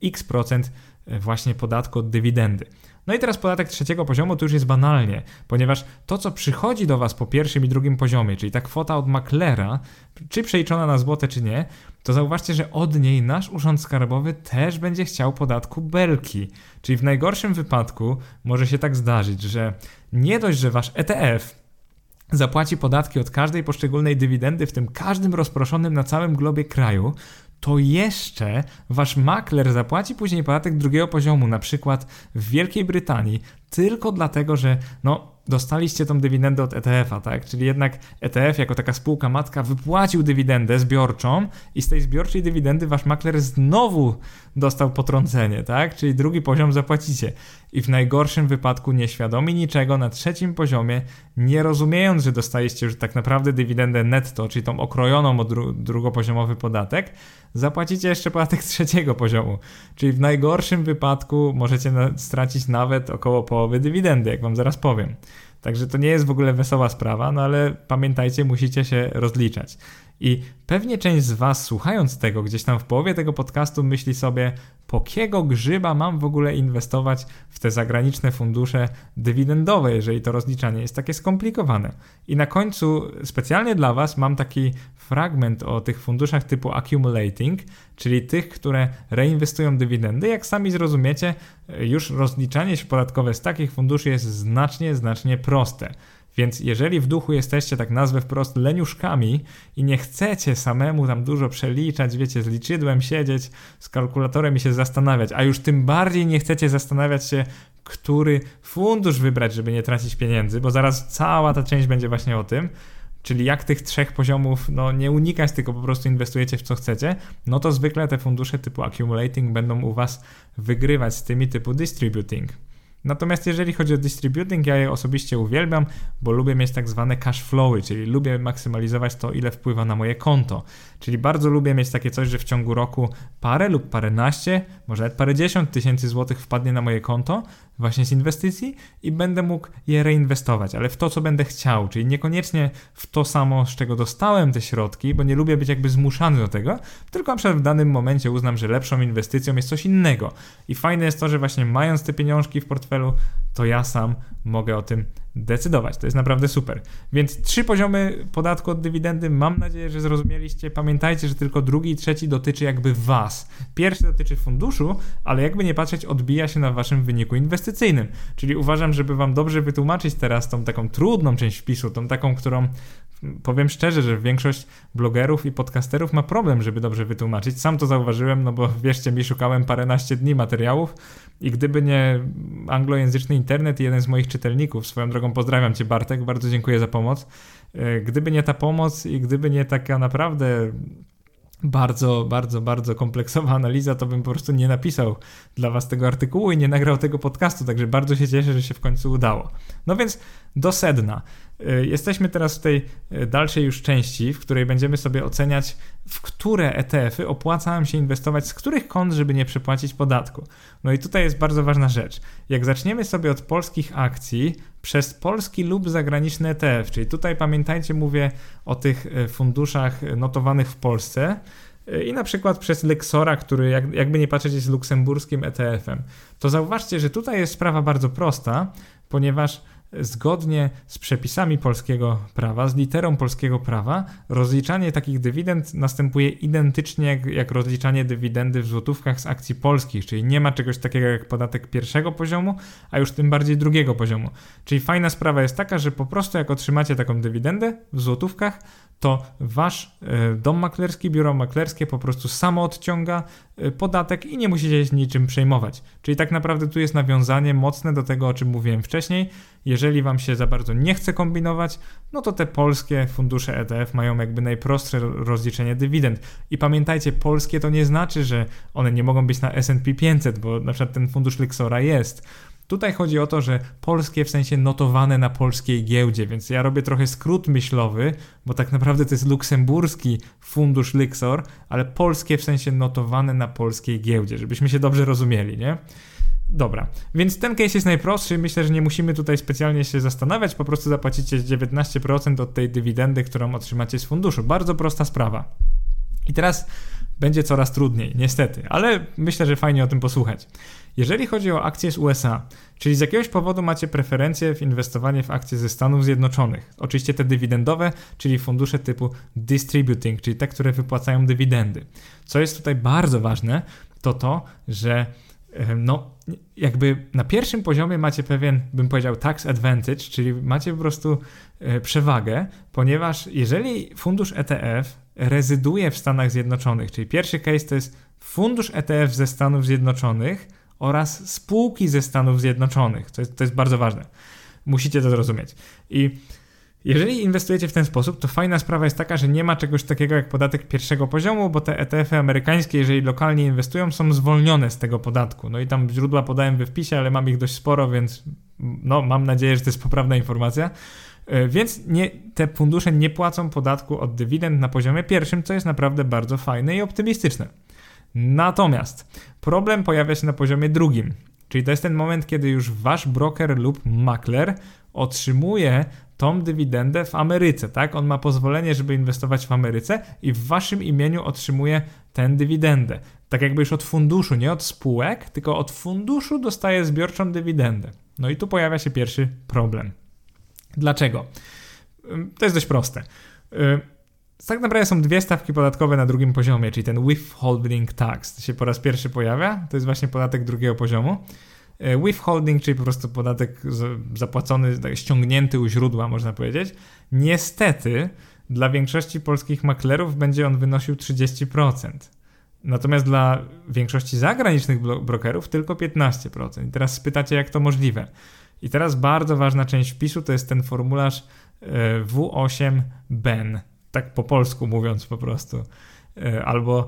x% właśnie podatku od dywidendy. No i teraz podatek trzeciego poziomu to już jest banalnie, ponieważ to, co przychodzi do was po pierwszym i drugim poziomie, czyli ta kwota od maklera, czy przeliczona na złote, czy nie, to zauważcie, że od niej nasz Urząd Skarbowy też będzie chciał podatku belki. Czyli w najgorszym wypadku może się tak zdarzyć, że nie dość, że wasz ETF zapłaci podatki od każdej poszczególnej dywidendy, w tym każdym rozproszonym na całym globie kraju, to jeszcze wasz makler zapłaci później podatek drugiego poziomu, na przykład w Wielkiej Brytanii, tylko dlatego, że dostaliście tą dywidendę od ETF-a, tak? Czyli jednak ETF jako taka spółka matka wypłacił dywidendę zbiorczą i z tej zbiorczej dywidendy wasz makler znowu dostał potrącenie, tak? Czyli drugi poziom zapłacicie. I w najgorszym wypadku nieświadomi niczego na trzecim poziomie, nie rozumiejąc, że dostaliście już tak naprawdę dywidendę netto, czyli tą okrojoną o drugopoziomowy podatek, zapłacicie jeszcze podatek z trzeciego poziomu. Czyli w najgorszym wypadku możecie stracić nawet około połowy dywidendy, jak wam zaraz powiem. Także to nie jest w ogóle wesoła sprawa, no ale pamiętajcie, musicie się rozliczać. I pewnie część z was, słuchając tego gdzieś tam w połowie tego podcastu, myśli sobie, po kiego grzyba mam w ogóle inwestować w te zagraniczne fundusze dywidendowe, jeżeli to rozliczanie jest takie skomplikowane. I na końcu specjalnie dla was mam taki fragment o tych funduszach typu accumulating, czyli tych, które reinwestują dywidendy. Jak sami zrozumiecie, już rozliczanie się podatkowe z takich funduszy jest znacznie proste. Więc jeżeli w duchu jesteście, tak nazwę wprost, leniuszkami i nie chcecie samemu tam dużo przeliczać, wiecie, z liczydłem siedzieć, z kalkulatorem i się zastanawiać, a już tym bardziej nie chcecie zastanawiać się, który fundusz wybrać, żeby nie tracić pieniędzy, bo zaraz cała ta część będzie właśnie o tym, czyli jak tych trzech poziomów nie unikać, tylko po prostu inwestujecie w co chcecie, no to zwykle te fundusze typu accumulating będą u was wygrywać z tymi typu distributing. Natomiast jeżeli chodzi o distributing, ja je osobiście uwielbiam, bo lubię mieć tak zwane cash flowy, czyli lubię maksymalizować to, ile wpływa na moje konto. Czyli bardzo lubię mieć takie coś, że w ciągu roku parę lub paręnaście, może nawet parędziesiąt tysięcy złotych wpadnie na moje konto właśnie z inwestycji i będę mógł je reinwestować, ale w to, co będę chciał, czyli niekoniecznie w to samo, z czego dostałem te środki, bo nie lubię być jakby zmuszany do tego, tylko na przykład w danym momencie uznam, że lepszą inwestycją jest coś innego. I fajne jest to, że właśnie mając te pieniążki w portfelu, to ja sam mogę o tym decydować. To jest naprawdę super. Więc 3 poziomy podatku od dywidendy, mam nadzieję, że zrozumieliście. Pamiętajcie, że tylko drugi i trzeci dotyczy jakby was. Pierwszy dotyczy funduszu, ale jakby nie patrzeć, odbija się na waszym wyniku inwestycyjnym. Czyli uważam, żeby wam dobrze wytłumaczyć teraz tą taką trudną część wpisu, tą taką, którą powiem szczerze, że większość blogerów i podcasterów ma problem, żeby dobrze wytłumaczyć. Sam to zauważyłem, bo wierzcie mi, szukałem paręnaście dni materiałów i gdyby nie anglojęzyczny internet i jeden z moich czytelników, swoją drogą pozdrawiam cię, Bartek, bardzo dziękuję za pomoc. Gdyby nie ta pomoc i gdyby nie taka naprawdę bardzo kompleksowa analiza, to bym po prostu nie napisał dla was tego artykułu i nie nagrał tego podcastu, także bardzo się cieszę, że się w końcu udało. No więc do sedna. Jesteśmy teraz w tej dalszej już części, w której będziemy sobie oceniać, w które ETF-y opłaca nam się inwestować, z których kont, żeby nie przepłacić podatku. No i tutaj jest bardzo ważna rzecz. Jak zaczniemy sobie od polskich akcji przez polski lub zagraniczny ETF, czyli tutaj pamiętajcie, mówię o tych funduszach notowanych w Polsce i na przykład przez Lexora, który jakby nie patrzeć jest luksemburskim ETF-em, to zauważcie, że tutaj jest sprawa bardzo prosta, ponieważ zgodnie z przepisami polskiego prawa, z literą polskiego prawa, rozliczanie takich dywidend następuje identycznie jak rozliczanie dywidendy w złotówkach z akcji polskich, czyli nie ma czegoś takiego jak podatek pierwszego poziomu, a już tym bardziej drugiego poziomu. Czyli fajna sprawa jest taka, że po prostu jak otrzymacie taką dywidendę w złotówkach, to wasz dom maklerski, biuro maklerskie po prostu samo odciąga podatek i nie musicie się niczym przejmować. Czyli tak naprawdę tu jest nawiązanie mocne do tego, o czym mówiłem wcześniej. Jeżeli wam się za bardzo nie chce kombinować, no to te polskie fundusze ETF mają jakby najprostsze rozliczenie dywidend. I pamiętajcie, polskie to nie znaczy, że one nie mogą być na S&P 500, bo na przykład ten fundusz Lyxora jest. Tutaj chodzi o to, że polskie w sensie notowane na polskiej giełdzie, więc ja robię trochę skrót myślowy, bo tak naprawdę to jest luksemburski fundusz Lyxor, ale polskie w sensie notowane na polskiej giełdzie, żebyśmy się dobrze rozumieli, nie? Dobra, więc ten case jest najprostszy, myślę, że nie musimy tutaj specjalnie się zastanawiać, po prostu zapłacicie 19% od tej dywidendy, którą otrzymacie z funduszu. Bardzo prosta sprawa. I teraz będzie coraz trudniej, niestety, ale myślę, że fajnie o tym posłuchać. Jeżeli chodzi o akcje z USA, czyli z jakiegoś powodu macie preferencję w inwestowanie w akcje ze Stanów Zjednoczonych, oczywiście te dywidendowe, czyli fundusze typu distributing, czyli te, które wypłacają dywidendy. Co jest tutaj bardzo ważne, to, że jakby na pierwszym poziomie macie pewien, bym powiedział, tax advantage, czyli macie po prostu przewagę, ponieważ jeżeli fundusz ETF rezyduje w Stanach Zjednoczonych, czyli pierwszy case to jest fundusz ETF ze Stanów Zjednoczonych oraz spółki ze Stanów Zjednoczonych. To jest bardzo ważne. Musicie to zrozumieć. I jeżeli inwestujecie w ten sposób, to fajna sprawa jest taka, że nie ma czegoś takiego jak podatek pierwszego poziomu, bo te ETF-y amerykańskie, jeżeli lokalnie inwestują, są zwolnione z tego podatku. No i tam źródła podałem we wpisie, ale mam ich dość sporo, więc mam nadzieję, że to jest poprawna informacja. Więc te fundusze nie płacą podatku od dywidend na poziomie pierwszym, co jest naprawdę bardzo fajne i optymistyczne. Natomiast problem pojawia się na poziomie drugim, czyli to jest ten moment, kiedy już wasz broker lub makler otrzymuje tą dywidendę w Ameryce, tak? On ma pozwolenie, żeby inwestować w Ameryce i w waszym imieniu otrzymuje tę dywidendę. Tak jakby już od funduszu, nie od spółek, tylko od funduszu dostaje zbiorczą dywidendę. No i tu pojawia się pierwszy problem. Dlaczego? To jest dość proste. Tak naprawdę są dwie stawki podatkowe na drugim poziomie, czyli ten withholding tax. To się po raz pierwszy pojawia, to jest właśnie podatek drugiego poziomu. Withholding, czyli po prostu podatek zapłacony, ściągnięty u źródła, można powiedzieć. Niestety dla większości polskich maklerów będzie on wynosił 30%. Natomiast dla większości zagranicznych brokerów tylko 15%. I teraz spytacie, jak to możliwe. I teraz bardzo ważna część wpisu to jest ten formularz W8BEN, tak po polsku mówiąc po prostu, albo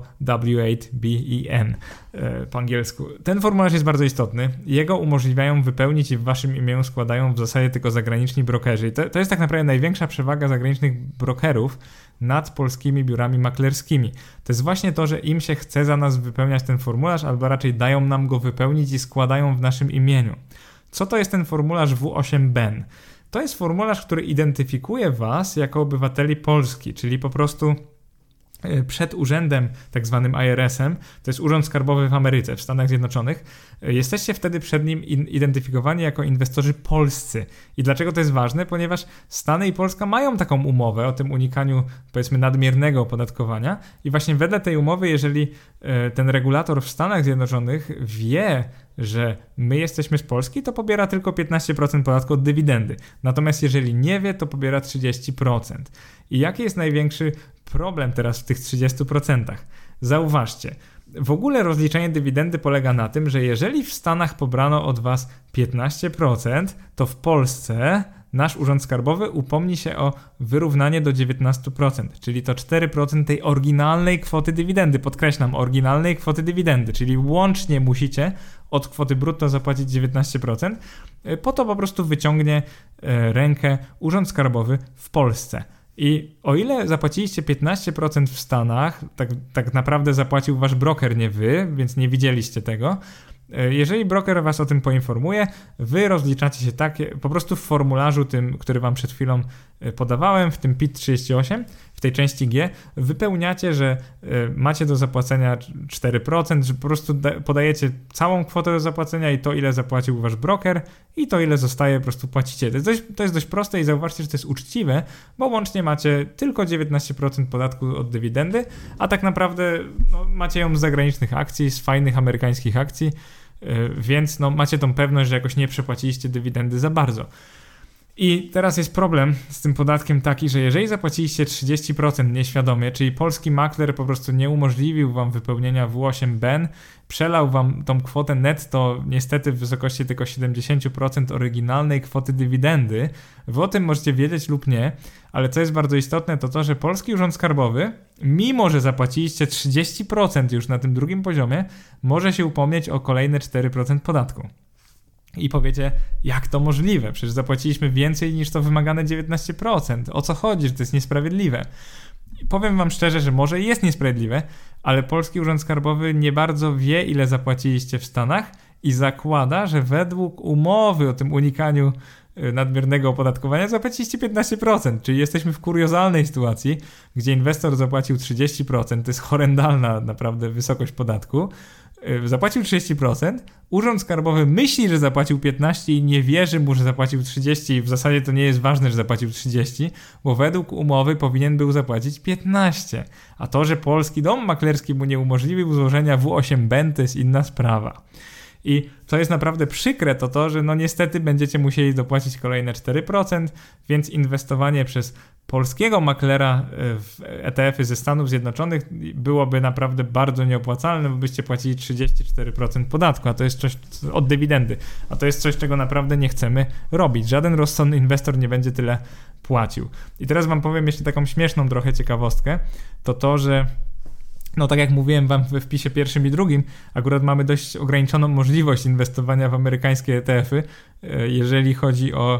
W8BEN po angielsku. Ten formularz jest bardzo istotny. Jego umożliwiają wypełnić i w waszym imieniu składają w zasadzie tylko zagraniczni brokerzy. I to jest tak naprawdę największa przewaga zagranicznych brokerów nad polskimi biurami maklerskimi. To jest właśnie to, że im się chce za nas wypełniać ten formularz, albo raczej dają nam go wypełnić i składają w naszym imieniu. Co to jest ten formularz W8BEN? To jest formularz, który identyfikuje was jako obywateli Polski, czyli po prostu przed urzędem, tak zwanym IRS-em, to jest Urząd Skarbowy w Ameryce, w Stanach Zjednoczonych, jesteście wtedy przed nim identyfikowani jako inwestorzy polscy. I dlaczego to jest ważne? Ponieważ Stany i Polska mają taką umowę o tym unikaniu, powiedzmy, nadmiernego opodatkowania i właśnie wedle tej umowy, jeżeli ten regulator w Stanach Zjednoczonych wie, że my jesteśmy z Polski, to pobiera tylko 15% podatku od dywidendy. Natomiast jeżeli nie wie, to pobiera 30%. I jaki jest największy problem teraz w tych 30%? Zauważcie, w ogóle rozliczenie dywidendy polega na tym, że jeżeli w Stanach pobrano od was 15%, to w Polsce nasz Urząd Skarbowy upomni się o wyrównanie do 19%, czyli to 4% tej oryginalnej kwoty dywidendy. Podkreślam, oryginalnej kwoty dywidendy, czyli łącznie musicie od kwoty brutto zapłacić 19%, po to po prostu wyciągnie rękę Urząd Skarbowy w Polsce. I o ile zapłaciliście 15% w Stanach, tak naprawdę zapłacił wasz broker, nie wy, więc nie widzieliście tego. Jeżeli broker was o tym poinformuje, wy rozliczacie się tak, po prostu w formularzu tym, który wam przed chwilą podawałem, w tym PIT 38, w tej części G, wypełniacie, że macie do zapłacenia 4%, że po prostu podajecie całą kwotę do zapłacenia i to, ile zapłacił wasz broker i to, ile zostaje, po prostu płacicie. To jest dość proste i zauważcie, że to jest uczciwe, bo łącznie macie tylko 19% podatku od dywidendy, a tak naprawdę macie ją z zagranicznych akcji, z fajnych amerykańskich akcji, więc macie tą pewność, że jakoś nie przepłaciliście dywidendy za bardzo. I teraz jest problem z tym podatkiem taki, że jeżeli zapłaciliście 30% nieświadomie, czyli polski makler po prostu nie umożliwił wam wypełnienia W8BEN, przelał wam tą kwotę netto niestety w wysokości tylko 70% oryginalnej kwoty dywidendy, wy o tym możecie wiedzieć lub nie, ale co jest bardzo istotne to to, że Polski Urząd Skarbowy, mimo że zapłaciliście 30% już na tym drugim poziomie, może się upomnieć o kolejne 4% podatku. I powiecie, jak to możliwe? Przecież zapłaciliśmy więcej niż to wymagane 19%. O co chodzi, że to jest niesprawiedliwe? I powiem wam szczerze, że może jest niesprawiedliwe, ale Polski Urząd Skarbowy nie bardzo wie, ile zapłaciliście w Stanach i zakłada, że według umowy o tym unikaniu nadmiernego opodatkowania zapłaciliście 15%, czyli jesteśmy w kuriozalnej sytuacji, gdzie inwestor zapłacił 30%, to jest horrendalna naprawdę wysokość podatku, zapłacił 30%, Urząd Skarbowy myśli, że zapłacił 15% i nie wierzy mu, że zapłacił 30% i w zasadzie to nie jest ważne, że zapłacił 30%, bo według umowy powinien był zapłacić 15%. A to, że polski dom maklerski mu nie umożliwił złożenia W8BEN, to jest inna sprawa. I co jest naprawdę przykre, to to, że no niestety będziecie musieli dopłacić kolejne 4%, więc inwestowanie przez polskiego maklera w ETF-y ze Stanów Zjednoczonych byłoby naprawdę bardzo nieopłacalne, bo byście płacili 34% podatku, a to jest coś od dywidendy, a to jest coś, czego naprawdę nie chcemy robić. Żaden rozsądny inwestor nie będzie tyle płacił. I teraz wam powiem jeszcze taką śmieszną trochę ciekawostkę, to, że no tak jak mówiłem wam we wpisie pierwszym i drugim, akurat mamy dość ograniczoną możliwość inwestowania w amerykańskie ETF-y, jeżeli chodzi o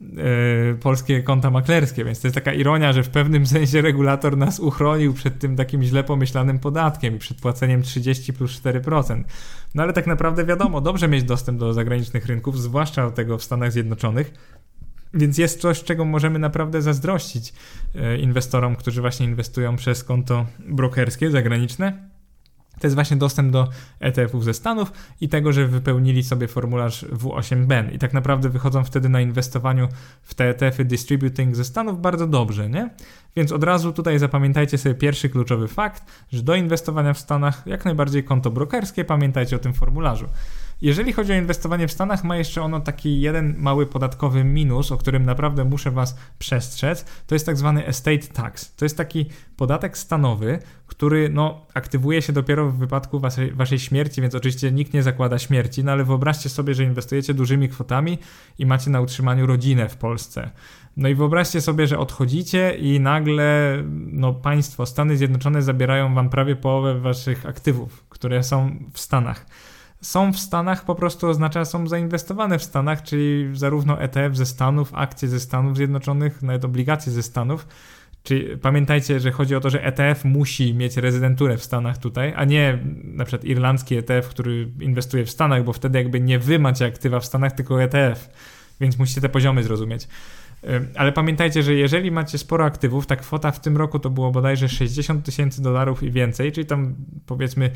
polskie konta maklerskie, więc to jest taka ironia, że w pewnym sensie regulator nas uchronił przed tym takim źle pomyślanym podatkiem i przed płaceniem 30 plus 4%. No ale tak naprawdę wiadomo, dobrze mieć dostęp do zagranicznych rynków, zwłaszcza tego w Stanach Zjednoczonych, więc jest coś, czego możemy naprawdę zazdrościć inwestorom, którzy właśnie inwestują przez konto brokerskie zagraniczne. To jest właśnie dostęp do ETF-ów ze Stanów i tego, że wypełnili sobie formularz W8BEN i tak naprawdę wychodzą wtedy na inwestowaniu w te ETF-y distributing ze Stanów bardzo dobrze, nie? Więc od razu tutaj zapamiętajcie sobie pierwszy kluczowy fakt, że do inwestowania w Stanach jak najbardziej konto brokerskie, pamiętajcie o tym formularzu. Jeżeli chodzi o inwestowanie w Stanach, ma jeszcze ono taki jeden mały podatkowy minus, o którym naprawdę muszę was przestrzec. To jest tak zwany estate tax. To jest taki podatek stanowy, który aktywuje się dopiero w wypadku waszej śmierci, więc oczywiście nikt nie zakłada śmierci, no ale wyobraźcie sobie, że inwestujecie dużymi kwotami i macie na utrzymaniu rodzinę w Polsce. No i wyobraźcie sobie, że odchodzicie i nagle państwo, Stany Zjednoczone zabierają wam prawie połowę waszych aktywów, które są w Stanach. Są w Stanach po prostu oznacza, są zainwestowane w Stanach, czyli zarówno ETF ze Stanów, akcje ze Stanów Zjednoczonych, nawet obligacje ze Stanów. Czyli pamiętajcie, że chodzi o to, że ETF musi mieć rezydenturę w Stanach tutaj, a nie na przykład irlandzki ETF, który inwestuje w Stanach, bo wtedy jakby nie wy macie aktywa w Stanach, tylko ETF, więc musicie te poziomy zrozumieć. Ale pamiętajcie, że jeżeli macie sporo aktywów, ta kwota w tym roku to było bodajże $60,000 i więcej, czyli tam powiedzmy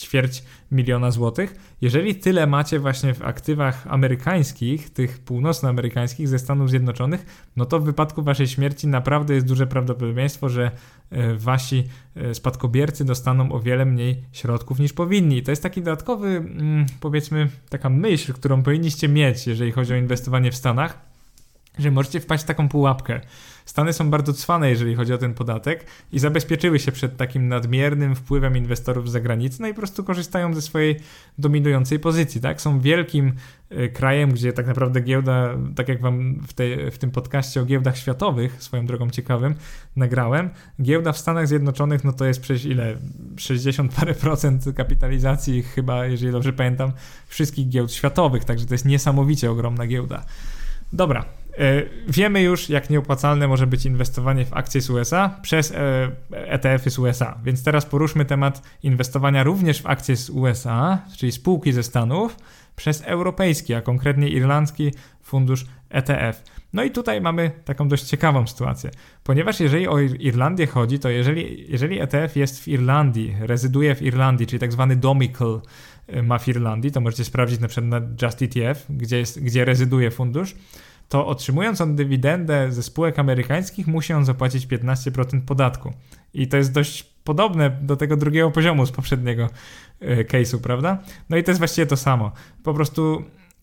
$250,000. Jeżeli tyle macie właśnie w aktywach amerykańskich, tych północnoamerykańskich ze Stanów Zjednoczonych, no to w wypadku waszej śmierci naprawdę jest duże prawdopodobieństwo, że wasi spadkobiercy dostaną o wiele mniej środków niż powinni. To jest taki dodatkowy, powiedzmy, taka myśl, którą powinniście mieć, jeżeli chodzi o inwestowanie w Stanach, że możecie wpaść w taką pułapkę. Stany są bardzo cwane, jeżeli chodzi o ten podatek i zabezpieczyły się przed takim nadmiernym wpływem inwestorów z zagranicy, no i po prostu korzystają ze swojej dominującej pozycji, tak? Są wielkim krajem, gdzie tak naprawdę giełda, tak jak wam w tym podcaście o giełdach światowych, swoją drogą ciekawym, nagrałem, giełda w Stanach Zjednoczonych, no to jest przecież ile? 60 parę procent kapitalizacji chyba, jeżeli dobrze pamiętam, wszystkich giełd światowych, także to jest niesamowicie ogromna giełda. Dobra, wiemy już, jak nieopłacalne może być inwestowanie w akcje z USA przez ETF-y z USA, więc teraz poruszmy temat inwestowania również w akcje z USA, czyli spółki ze Stanów, przez europejski, a konkretnie irlandzki fundusz ETF. No i tutaj mamy taką dość ciekawą sytuację, ponieważ jeżeli o Irlandię chodzi, to jeżeli ETF jest w Irlandii, rezyduje w Irlandii, czyli tak zwany domicile ma w Irlandii, to możecie sprawdzić na przykład na Just ETF, gdzie rezyduje fundusz, to otrzymując on dywidendę ze spółek amerykańskich musi on zapłacić 15% podatku. I to jest dość podobne do tego drugiego poziomu z poprzedniego case'u, prawda? No i to jest właściwie to samo. Po prostu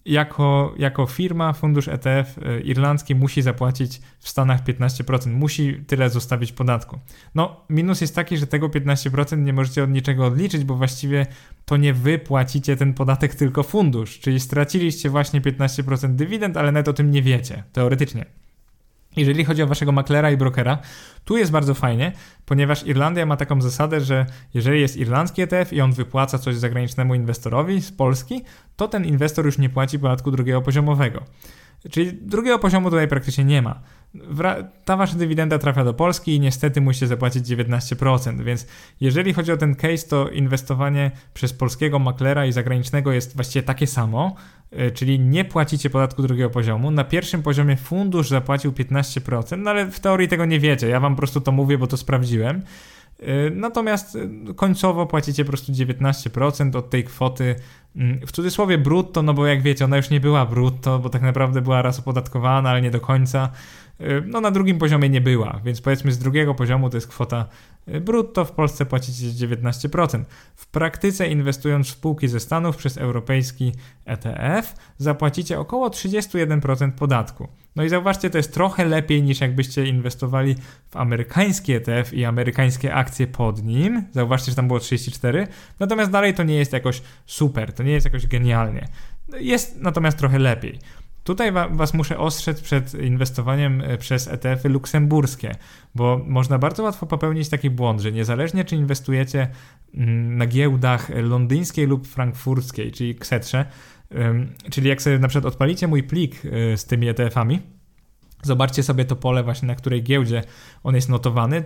jako firma, fundusz ETF irlandzki musi zapłacić w Stanach 15%. Musi tyle zostawić podatku. No, minus jest taki, że tego 15% nie możecie od niczego odliczyć, bo właściwie to nie wy płacicie ten podatek, tylko fundusz. Czyli straciliście właśnie 15% dywidend, ale nawet o tym nie wiecie, teoretycznie. Jeżeli chodzi o waszego maklera i brokera, tu jest bardzo fajnie, ponieważ Irlandia ma taką zasadę, że jeżeli jest irlandzki ETF i on wypłaca coś zagranicznemu inwestorowi z Polski, to ten inwestor już nie płaci podatku drugiego poziomowego. Czyli drugiego poziomu tutaj praktycznie nie ma. Ta wasza dywidenda trafia do Polski i niestety musicie zapłacić 19%, więc jeżeli chodzi o ten case, to inwestowanie przez polskiego maklera i zagranicznego jest właściwie takie samo, czyli nie płacicie podatku drugiego poziomu. Na pierwszym poziomie fundusz zapłacił 15%, no ale w teorii tego nie wiecie, ja wam po prostu to mówię, bo to sprawdziłem. Natomiast końcowo płacicie po prostu 19% od tej kwoty, w cudzysłowie brutto, no bo jak wiecie, ona już nie była brutto, bo tak naprawdę była raz opodatkowana, ale nie do końca. No na drugim poziomie nie była, więc powiedzmy z drugiego poziomu to jest kwota brutto, w Polsce płacicie 19%. W praktyce inwestując w spółki ze Stanów przez europejski ETF zapłacicie około 31% podatku. No i zauważcie, to jest trochę lepiej niż jakbyście inwestowali w amerykański ETF i amerykańskie akcje pod nim. Zauważcie, że tam było 34, natomiast dalej to nie jest jakoś super, to nie jest jakoś genialnie. Jest natomiast trochę lepiej. Tutaj was muszę ostrzec przed inwestowaniem przez ETF-y luksemburskie, bo można bardzo łatwo popełnić taki błąd, że niezależnie czy inwestujecie na giełdach londyńskiej lub frankfurckiej, czyli KSETRze, czyli jak sobie na przykład odpalicie mój plik z tymi ETF-ami, zobaczcie sobie to pole właśnie, na której giełdzie on jest notowany,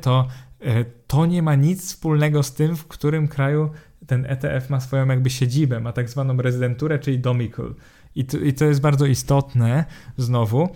to nie ma nic wspólnego z tym, w którym kraju ten ETF ma swoją jakby siedzibę, ma tak zwaną rezydenturę, czyli domicile. I to jest bardzo istotne znowu,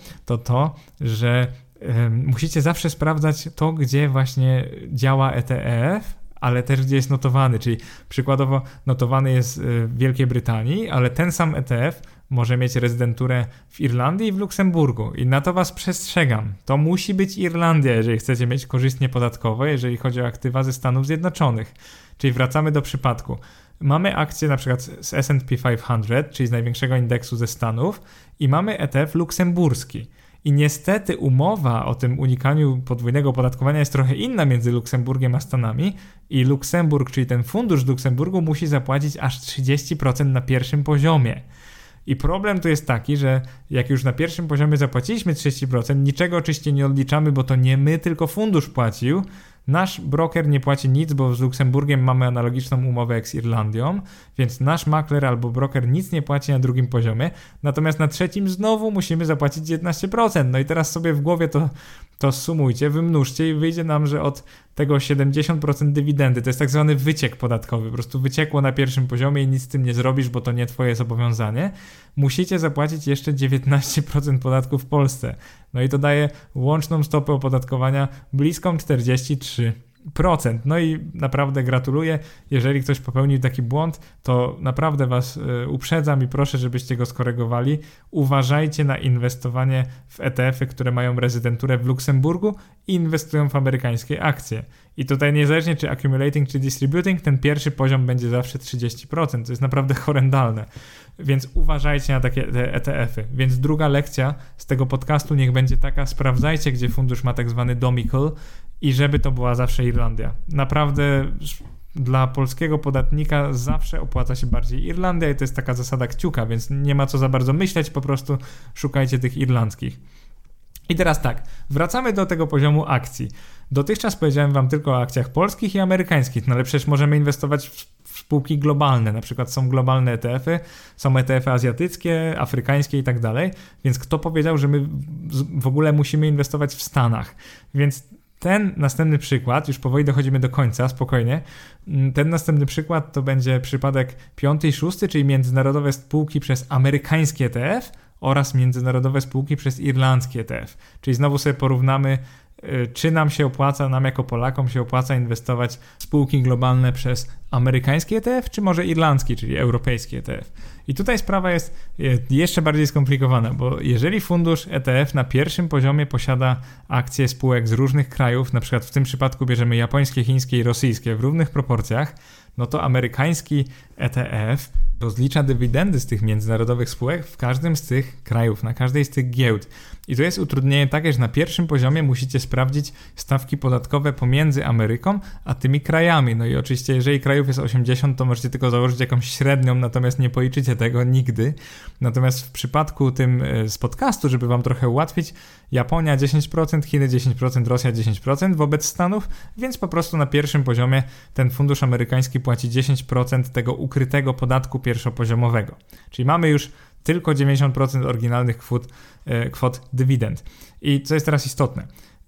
że musicie zawsze sprawdzać to, gdzie właśnie działa ETF, ale też gdzie jest notowany, czyli przykładowo notowany jest w Wielkiej Brytanii, ale ten sam ETF może mieć rezydenturę w Irlandii i w Luksemburgu i na to was przestrzegam. To musi być Irlandia, jeżeli chcecie mieć korzystnie podatkowe, jeżeli chodzi o aktywa ze Stanów Zjednoczonych. Czyli wracamy do przypadku. Mamy akcje na przykład z S&P 500, czyli z największego indeksu ze Stanów i mamy ETF luksemburski. I niestety umowa o tym unikaniu podwójnego opodatkowania jest trochę inna między Luksemburgiem a Stanami i Luksemburg, czyli ten fundusz z Luksemburgu musi zapłacić aż 30% na pierwszym poziomie. I problem tu jest taki, że jak już na pierwszym poziomie zapłaciliśmy 30%, niczego oczywiście nie odliczamy, bo to nie my, tylko fundusz płacił. Nasz broker nie płaci nic, bo z Luksemburgiem mamy analogiczną umowę jak z Irlandią, więc nasz makler albo broker nic nie płaci na drugim poziomie, natomiast na trzecim znowu musimy zapłacić 19%. No i teraz sobie w głowie to sumujcie, wymnóżcie i wyjdzie nam, że od tego 70% dywidendy, to jest tak zwany wyciek podatkowy, po prostu wyciekło na pierwszym poziomie i nic z tym nie zrobisz, bo to nie twoje zobowiązanie, musicie zapłacić jeszcze 19% podatku w Polsce. No i to daje łączną stopę opodatkowania bliską 43%. No i naprawdę gratuluję. Jeżeli ktoś popełnił taki błąd, to naprawdę was uprzedzam i proszę, żebyście go skorygowali. Uważajcie na inwestowanie w ETF-y, które mają rezydenturę w Luksemburgu i inwestują w amerykańskie akcje. I tutaj niezależnie czy accumulating, czy distributing, ten pierwszy poziom będzie zawsze 30%. To jest naprawdę horrendalne. Więc uważajcie na takie ETF-y. Więc druga lekcja z tego podcastu niech będzie taka, sprawdzajcie, gdzie fundusz ma tak zwany domicile i żeby to była zawsze Irlandia. Naprawdę dla polskiego podatnika zawsze opłaca się bardziej Irlandia i to jest taka zasada kciuka, więc nie ma co za bardzo myśleć, po prostu szukajcie tych irlandzkich. I teraz tak, wracamy do tego poziomu akcji. Dotychczas powiedziałem wam tylko o akcjach polskich i amerykańskich, no ale przecież możemy inwestować w spółki globalne, na przykład są globalne ETF-y, są ETF-y azjatyckie, afrykańskie i tak dalej, więc kto powiedział, że my w ogóle musimy inwestować w Stanach? Więc ten następny przykład, już powoli dochodzimy do końca, spokojnie, ten następny przykład to będzie przypadek 5. i 6, czyli międzynarodowe spółki przez amerykański ETF oraz międzynarodowe spółki przez irlandzki ETF. Czyli znowu sobie porównamy, czy nam się opłaca, nam jako Polakom się opłaca inwestować w spółki globalne przez amerykański ETF, czy może irlandzki, czyli europejski ETF. I tutaj sprawa jest jeszcze bardziej skomplikowana, bo jeżeli fundusz ETF na pierwszym poziomie posiada akcje spółek z różnych krajów, na przykład w tym przypadku bierzemy japońskie, chińskie i rosyjskie w równych proporcjach, no to amerykański ETF rozlicza dywidendy z tych międzynarodowych spółek w każdym z tych krajów, na każdej z tych giełd. I to jest utrudnienie takie, że na pierwszym poziomie musicie sprawdzić stawki podatkowe pomiędzy Ameryką a tymi krajami. No i oczywiście, jeżeli krajów jest 80, to możecie tylko założyć jakąś średnią, natomiast nie policzycie tego nigdy. Natomiast w przypadku tym z podcastu, żeby wam trochę ułatwić, Japonia 10%, Chiny 10%, Rosja 10% wobec Stanów, więc po prostu na pierwszym poziomie ten fundusz amerykański płaci 10% tego ukrytego podatku pierwszopoziomowego. Czyli mamy już tylko 90% oryginalnych kwot dywidend. I co jest teraz istotne?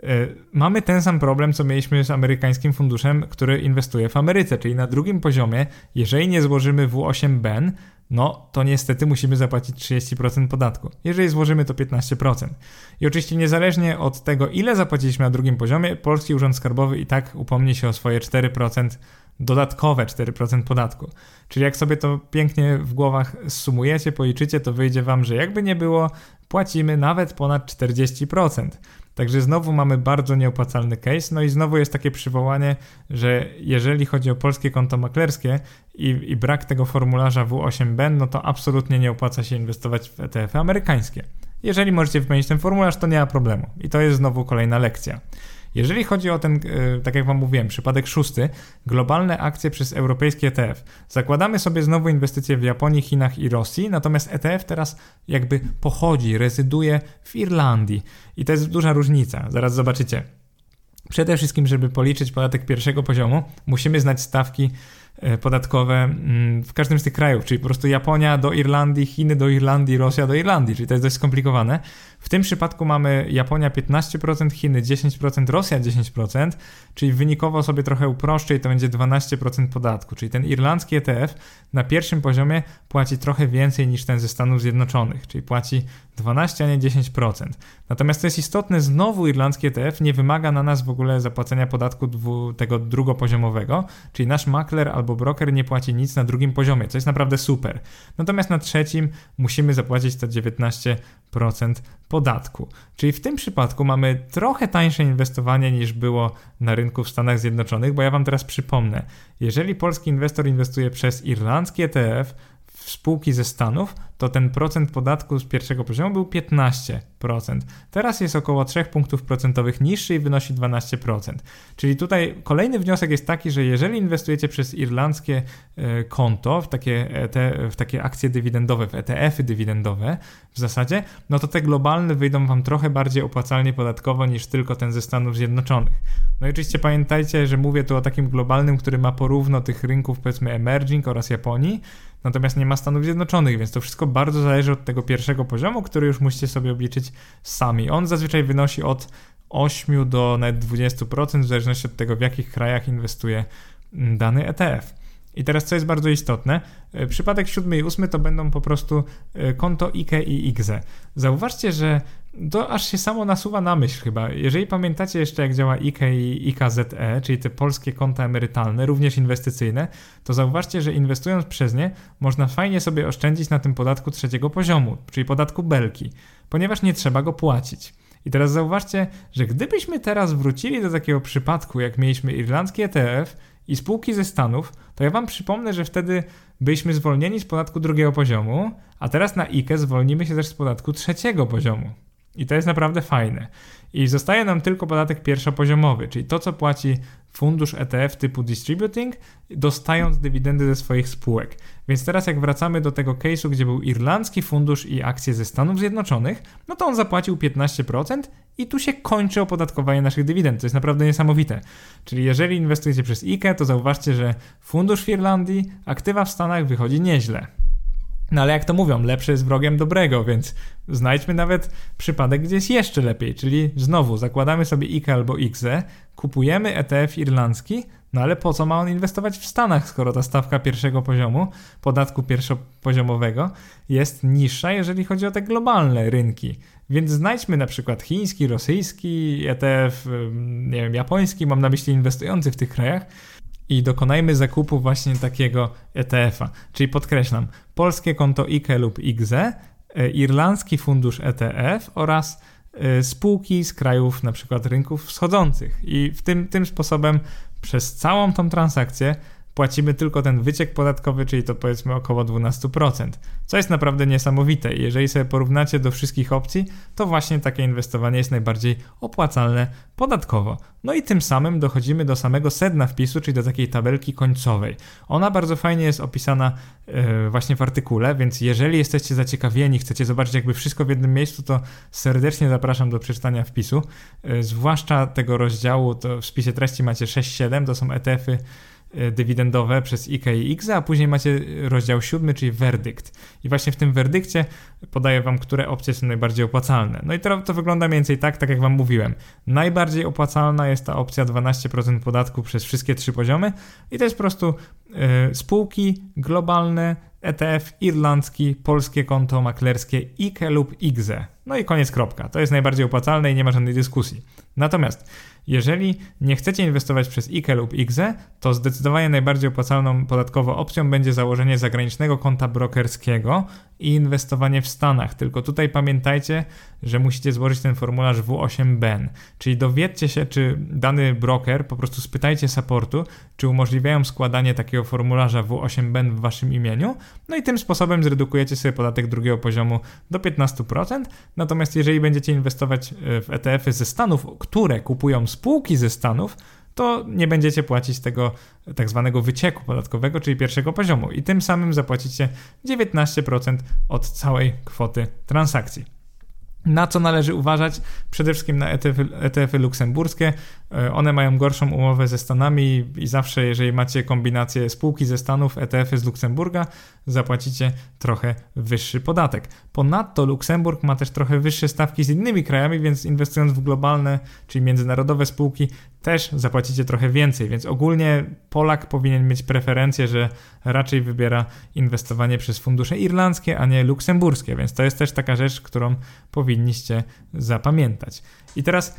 Mamy ten sam problem, co mieliśmy z amerykańskim funduszem, który inwestuje w Ameryce, czyli na drugim poziomie, jeżeli nie złożymy W8BEN, no to niestety musimy zapłacić 30% podatku. Jeżeli złożymy, to 15%. I oczywiście niezależnie od tego, ile zapłaciliśmy na drugim poziomie, Polski Urząd Skarbowy i tak upomni się o swoje 4%, dodatkowe 4% podatku. Czyli jak sobie to pięknie w głowach zsumujecie, policzycie, to wyjdzie wam, że jakby nie było, płacimy nawet ponad 40%. Także znowu mamy bardzo nieopłacalny case, no i znowu jest takie przywołanie, że jeżeli chodzi o polskie konto maklerskie i brak tego formularza W8BEN, no to absolutnie nie opłaca się inwestować w ETF-y amerykańskie. Jeżeli możecie wypełnić ten formularz, to nie ma problemu. I to jest znowu kolejna lekcja. Jeżeli chodzi o ten, tak jak wam mówiłem, przypadek 6, globalne akcje przez europejski ETF. Zakładamy sobie znowu inwestycje w Japonii, Chinach i Rosji, natomiast ETF teraz jakby pochodzi, rezyduje w Irlandii. I to jest duża różnica, zaraz zobaczycie. Przede wszystkim, żeby policzyć podatek pierwszego poziomu, musimy znać stawki podatkowe w każdym z tych krajów, czyli po prostu Japonia do Irlandii, Chiny do Irlandii, Rosja do Irlandii, czyli to jest dość skomplikowane. W tym przypadku mamy Japonia 15%, Chiny 10%, Rosja 10%, czyli wynikowo sobie trochę uproszczę i to będzie 12% podatku, czyli ten irlandzki ETF na pierwszym poziomie płaci trochę więcej niż ten ze Stanów Zjednoczonych, czyli płaci 12, a nie 10%. Natomiast to jest istotne, znowu irlandzki ETF nie wymaga na nas w ogóle zapłacenia podatku tego drugopoziomowego, czyli nasz makler albo broker nie płaci nic na drugim poziomie, co jest naprawdę super. Natomiast na trzecim musimy zapłacić te 19% podatku. Czyli w tym przypadku mamy trochę tańsze inwestowanie niż było na rynku w Stanach Zjednoczonych, bo ja wam teraz przypomnę, jeżeli polski inwestor inwestuje przez irlandzki ETF w spółki ze Stanów, to ten procent podatku z pierwszego poziomu był 15%. Teraz jest około 3 punktów procentowych niższy i wynosi 12%. Czyli tutaj kolejny wniosek jest taki, że jeżeli inwestujecie przez irlandzkie konto w takie akcje dywidendowe, w ETF-y dywidendowe w zasadzie, no to te globalne wyjdą wam trochę bardziej opłacalnie podatkowo niż tylko ten ze Stanów Zjednoczonych. No i oczywiście pamiętajcie, że mówię tu o takim globalnym, który ma porówno tych rynków powiedzmy emerging oraz Japonii, natomiast nie ma Stanów Zjednoczonych, więc to wszystko bardzo zależy od tego pierwszego poziomu, który już musicie sobie obliczyć sami. On zazwyczaj wynosi od 8 do nawet 20%, w zależności od tego, w jakich krajach inwestuje dany ETF. I teraz co jest bardzo istotne, przypadek 7 i 8 to będą po prostu konto IKE i IGZE. Zauważcie, że to aż się samo nasuwa na myśl chyba. Jeżeli pamiętacie jeszcze jak działa IKE i IKZE, czyli te polskie konta emerytalne, również inwestycyjne, to zauważcie, że inwestując przez nie można fajnie sobie oszczędzić na tym podatku trzeciego poziomu, czyli podatku belki, ponieważ nie trzeba go płacić. I teraz zauważcie, że gdybyśmy teraz wrócili do takiego przypadku, jak mieliśmy irlandzki ETF i spółki ze Stanów, to ja wam przypomnę, że wtedy byliśmy zwolnieni z podatku drugiego poziomu, a teraz na IKE zwolnimy się też z podatku trzeciego poziomu. I to jest naprawdę fajne. I zostaje nam tylko podatek pierwszopoziomowy, czyli to, co płaci fundusz ETF typu distributing, dostając dywidendy ze swoich spółek. Więc teraz jak wracamy do tego case'u, gdzie był irlandzki fundusz i akcje ze Stanów Zjednoczonych, no to on zapłacił 15% i tu się kończy opodatkowanie naszych dywidend. To jest naprawdę niesamowite. Czyli jeżeli inwestujecie przez IKE, to zauważcie, że fundusz w Irlandii, aktywa w Stanach wychodzi nieźle. No ale jak to mówią, lepsze jest wrogiem dobrego, więc znajdźmy nawet przypadek, gdzie jest jeszcze lepiej, czyli znowu zakładamy sobie IKE albo IGZE, kupujemy ETF irlandzki, no ale po co ma on inwestować w Stanach, skoro ta stawka pierwszego poziomu, podatku pierwszopoziomowego jest niższa, jeżeli chodzi o te globalne rynki. Więc znajdźmy na przykład chiński, rosyjski, ETF, nie wiem, japoński, mam na myśli inwestujący w tych krajach, i dokonajmy zakupu właśnie takiego ETF-a. Czyli podkreślam, polskie konto IKE lub IGZE, irlandzki fundusz ETF oraz spółki z krajów na przykład rynków wschodzących. I tym sposobem przez całą tą transakcję płacimy tylko ten wyciek podatkowy, czyli to powiedzmy około 12%, co jest naprawdę niesamowite. Jeżeli sobie porównacie do wszystkich opcji, to właśnie takie inwestowanie jest najbardziej opłacalne podatkowo. No i tym samym dochodzimy do samego sedna wpisu, czyli do takiej tabelki końcowej. Ona bardzo fajnie jest opisana właśnie w artykule, więc jeżeli jesteście zaciekawieni, chcecie zobaczyć jakby wszystko w jednym miejscu, to serdecznie zapraszam do przeczytania wpisu. Zwłaszcza tego rozdziału, to w spisie treści macie 6-7, to są ETF-y dywidendowe przez IKE i IGZE, a później macie rozdział 7, czyli werdykt. I właśnie w tym werdykcie podaję wam, które opcje są najbardziej opłacalne. No i to wygląda mniej więcej tak jak wam mówiłem. Najbardziej opłacalna jest ta opcja 12% podatku przez wszystkie 3 poziomy i to jest po prostu spółki globalne, ETF irlandzki, polskie konto maklerskie IKE lub IGZE. No i koniec, kropka. To jest najbardziej opłacalne i nie ma żadnej dyskusji. Natomiast jeżeli nie chcecie inwestować przez IKE lub IGZE, to zdecydowanie najbardziej opłacalną podatkowo opcją będzie założenie zagranicznego konta brokerskiego i inwestowanie w Stanach. Tylko tutaj pamiętajcie, że musicie złożyć ten formularz W8BEN, czyli dowiedzcie się, czy dany broker, po prostu spytajcie supportu, czy umożliwiają składanie takiego formularza W8BEN w waszym imieniu, no i tym sposobem zredukujecie sobie podatek drugiego poziomu do 15%, natomiast jeżeli będziecie inwestować w ETF-y ze Stanów, które kupują spółki ze Stanów, to nie będziecie płacić tego tak zwanego wycieku podatkowego, czyli pierwszego poziomu i tym samym zapłacicie 19% od całej kwoty transakcji. Na co należy uważać? Przede wszystkim na ETF-y luksemburskie. One mają gorszą umowę ze Stanami i zawsze, jeżeli macie kombinację spółki ze Stanów, ETF-y z Luksemburga, zapłacicie trochę wyższy podatek. Ponadto Luksemburg ma też trochę wyższe stawki z innymi krajami, więc inwestując w globalne, czyli międzynarodowe spółki, też zapłacicie trochę więcej, więc ogólnie Polak powinien mieć preferencję, że raczej wybiera inwestowanie przez fundusze irlandzkie, a nie luksemburskie, więc to jest też taka rzecz, którą powinniście zapamiętać. I teraz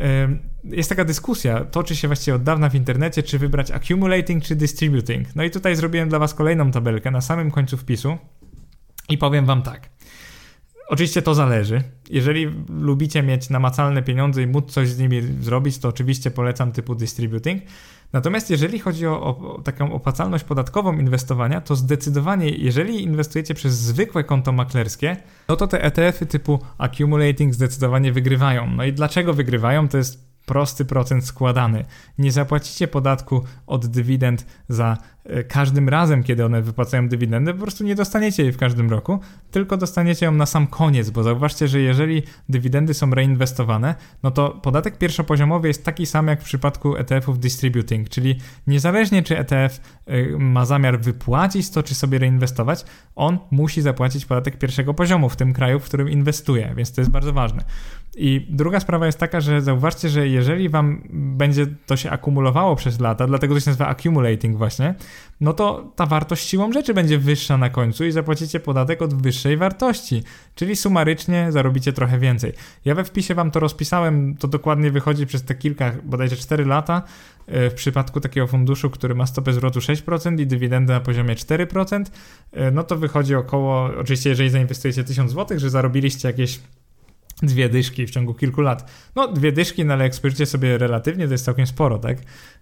jest taka dyskusja, toczy się właściwie od dawna w internecie, czy wybrać accumulating czy distributing. No i tutaj zrobiłem dla was kolejną tabelkę na samym końcu wpisu i powiem wam tak. Oczywiście to zależy. Jeżeli lubicie mieć namacalne pieniądze i móc coś z nimi zrobić, to oczywiście polecam typu distributing. Natomiast jeżeli chodzi o taką opłacalność podatkową inwestowania, to zdecydowanie, jeżeli inwestujecie przez zwykłe konto maklerskie, no to te ETF-y typu accumulating zdecydowanie wygrywają. No i dlaczego wygrywają? To jest prosty procent składany. Nie zapłacicie podatku od dywidend za każdym razem, kiedy one wypłacają dywidendę, po prostu nie dostaniecie jej w każdym roku, tylko dostaniecie ją na sam koniec, bo zauważcie, że jeżeli dywidendy są reinwestowane, no to podatek pierwszopoziomowy jest taki sam jak w przypadku ETF-ów distributing, czyli niezależnie czy ETF ma zamiar wypłacić to, czy sobie reinwestować, on musi zapłacić podatek pierwszego poziomu w tym kraju, w którym inwestuje, więc to jest bardzo ważne. I druga sprawa jest taka, że zauważcie, że jeżeli wam będzie to się akumulowało przez lata, dlatego to się nazywa accumulating właśnie, no to ta wartość siłą rzeczy będzie wyższa na końcu i zapłacicie podatek od wyższej wartości, czyli sumarycznie zarobicie trochę więcej. Ja we wpisie wam to rozpisałem, to dokładnie wychodzi przez te bodajże 4 lata, w przypadku takiego funduszu, który ma stopę zwrotu 6% i dywidendę na poziomie 4%, no to wychodzi około, oczywiście jeżeli zainwestujecie 1000 zł, że zarobiliście jakieś 2 dyszki w ciągu kilku lat. No 2 dyszki, no ale jak spojrzycie sobie relatywnie, to jest całkiem sporo, tak?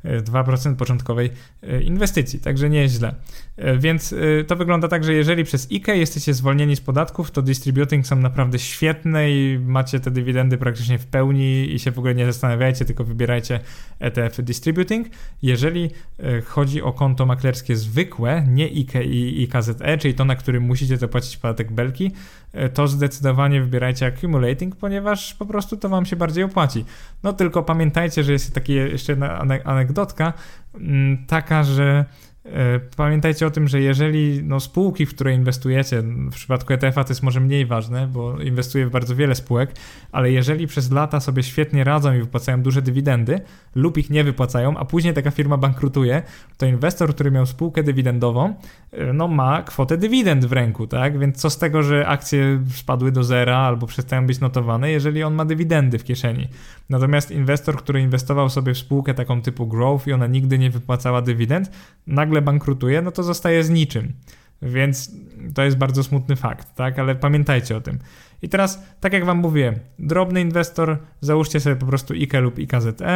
2% początkowej inwestycji, także nie jest źle. Więc to wygląda tak, że jeżeli przez IKE jesteście zwolnieni z podatków, to distributing są naprawdę świetne i macie te dywidendy praktycznie w pełni i się w ogóle nie zastanawiajcie, tylko wybierajcie ETF distributing. Jeżeli chodzi o konto maklerskie zwykłe, nie IKE i KZE, czyli to, na którym musicie zapłacić podatek belki, to zdecydowanie wybierajcie accumulating, ponieważ po prostu to wam się bardziej opłaci. No tylko pamiętajcie, że jest taka jeszcze jedna anegdotka, taka, że pamiętajcie o tym, że jeżeli spółki, w które inwestujecie, w przypadku ETF-a to jest może mniej ważne, bo inwestuję w bardzo wiele spółek, ale jeżeli przez lata sobie świetnie radzą i wypłacają duże dywidendy lub ich nie wypłacają, a później taka firma bankrutuje, to inwestor, który miał spółkę dywidendową, ma kwotę dywidend w ręku, tak? Więc co z tego, że akcje spadły do zera albo przestają być notowane, jeżeli on ma dywidendy w kieszeni. Natomiast inwestor, który inwestował sobie w spółkę taką typu growth i ona nigdy nie wypłacała dywidend, nagle bankrutuje, no to zostaje z niczym. Więc to jest bardzo smutny fakt, tak? Ale pamiętajcie o tym. I teraz, tak jak wam mówię, drobny inwestor, załóżcie sobie po prostu IKE lub IKZE,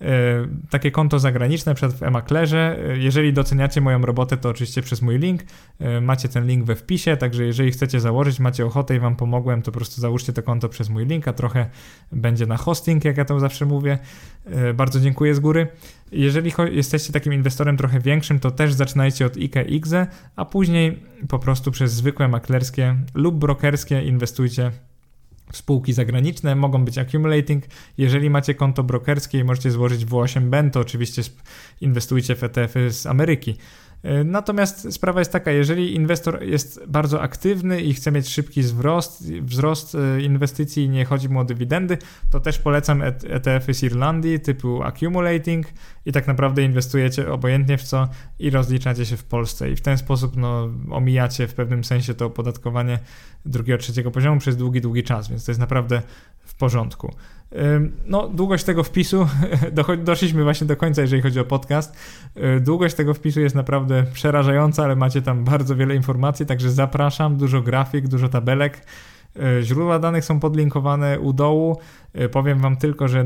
takie konto zagraniczne, przed w e-maklerze. Jeżeli doceniacie moją robotę, to oczywiście przez mój link. Macie ten link we wpisie, także jeżeli chcecie założyć, macie ochotę i wam pomogłem, to po prostu załóżcie to konto przez mój link, a trochę będzie na hosting, jak ja to zawsze mówię. Bardzo dziękuję z góry. Jeżeli jesteście takim inwestorem trochę większym, to też zaczynajcie od IKE, a później po prostu przez zwykłe maklerskie lub brokerskie inwestujcie w spółki zagraniczne, mogą być accumulating. Jeżeli macie konto brokerskie i możecie złożyć W8BEN, to oczywiście inwestujcie w ETF-y z Ameryki. Natomiast sprawa jest taka, jeżeli inwestor jest bardzo aktywny i chce mieć szybki wzrost inwestycji i nie chodzi mu o dywidendy, to też polecam ETF-y z Irlandii typu accumulating i tak naprawdę inwestujecie obojętnie w co i rozliczacie się w Polsce i w ten sposób omijacie w pewnym sensie to opodatkowanie drugiego, trzeciego poziomu przez długi czas, więc to jest naprawdę w porządku. Długość tego wpisu, doszliśmy właśnie do końca, jeżeli chodzi o podcast. Długość tego wpisu jest naprawdę przerażająca, ale macie tam bardzo wiele informacji, także zapraszam, dużo grafik, dużo tabelek. Źródła danych są podlinkowane u dołu. Powiem wam tylko, że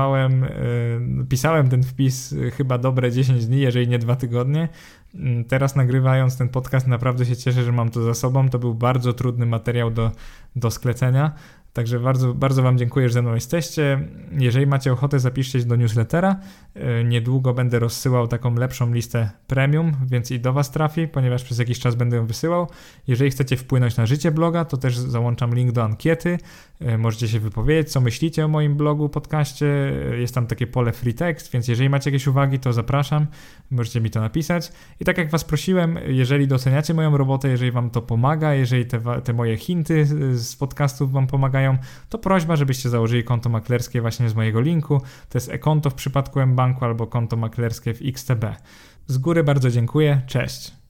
pisałem ten wpis chyba dobre 10 dni, jeżeli nie 2 tygodnie. Teraz nagrywając ten podcast naprawdę się cieszę, że mam to za sobą. To był bardzo trudny materiał do sklecenia. Także bardzo, bardzo wam dziękuję, że ze mną jesteście. Jeżeli macie ochotę, zapiszcie się do newslettera. Niedługo będę rozsyłał taką lepszą listę premium, więc i do was trafi, ponieważ przez jakiś czas będę ją wysyłał. Jeżeli chcecie wpłynąć na życie bloga, to też załączam link do ankiety. Możecie się wypowiedzieć, co myślicie o moim blogu, podcaście. Jest tam takie pole free text, więc jeżeli macie jakieś uwagi, to zapraszam. Możecie mi to napisać. I tak jak was prosiłem, jeżeli doceniacie moją robotę, jeżeli wam to pomaga, jeżeli te moje hinty z podcastów wam pomagają, to prośba, żebyście założyli konto maklerskie właśnie z mojego linku. To jest e-konto w przypadku mBanku albo konto maklerskie w XTB. Z góry bardzo dziękuję. Cześć.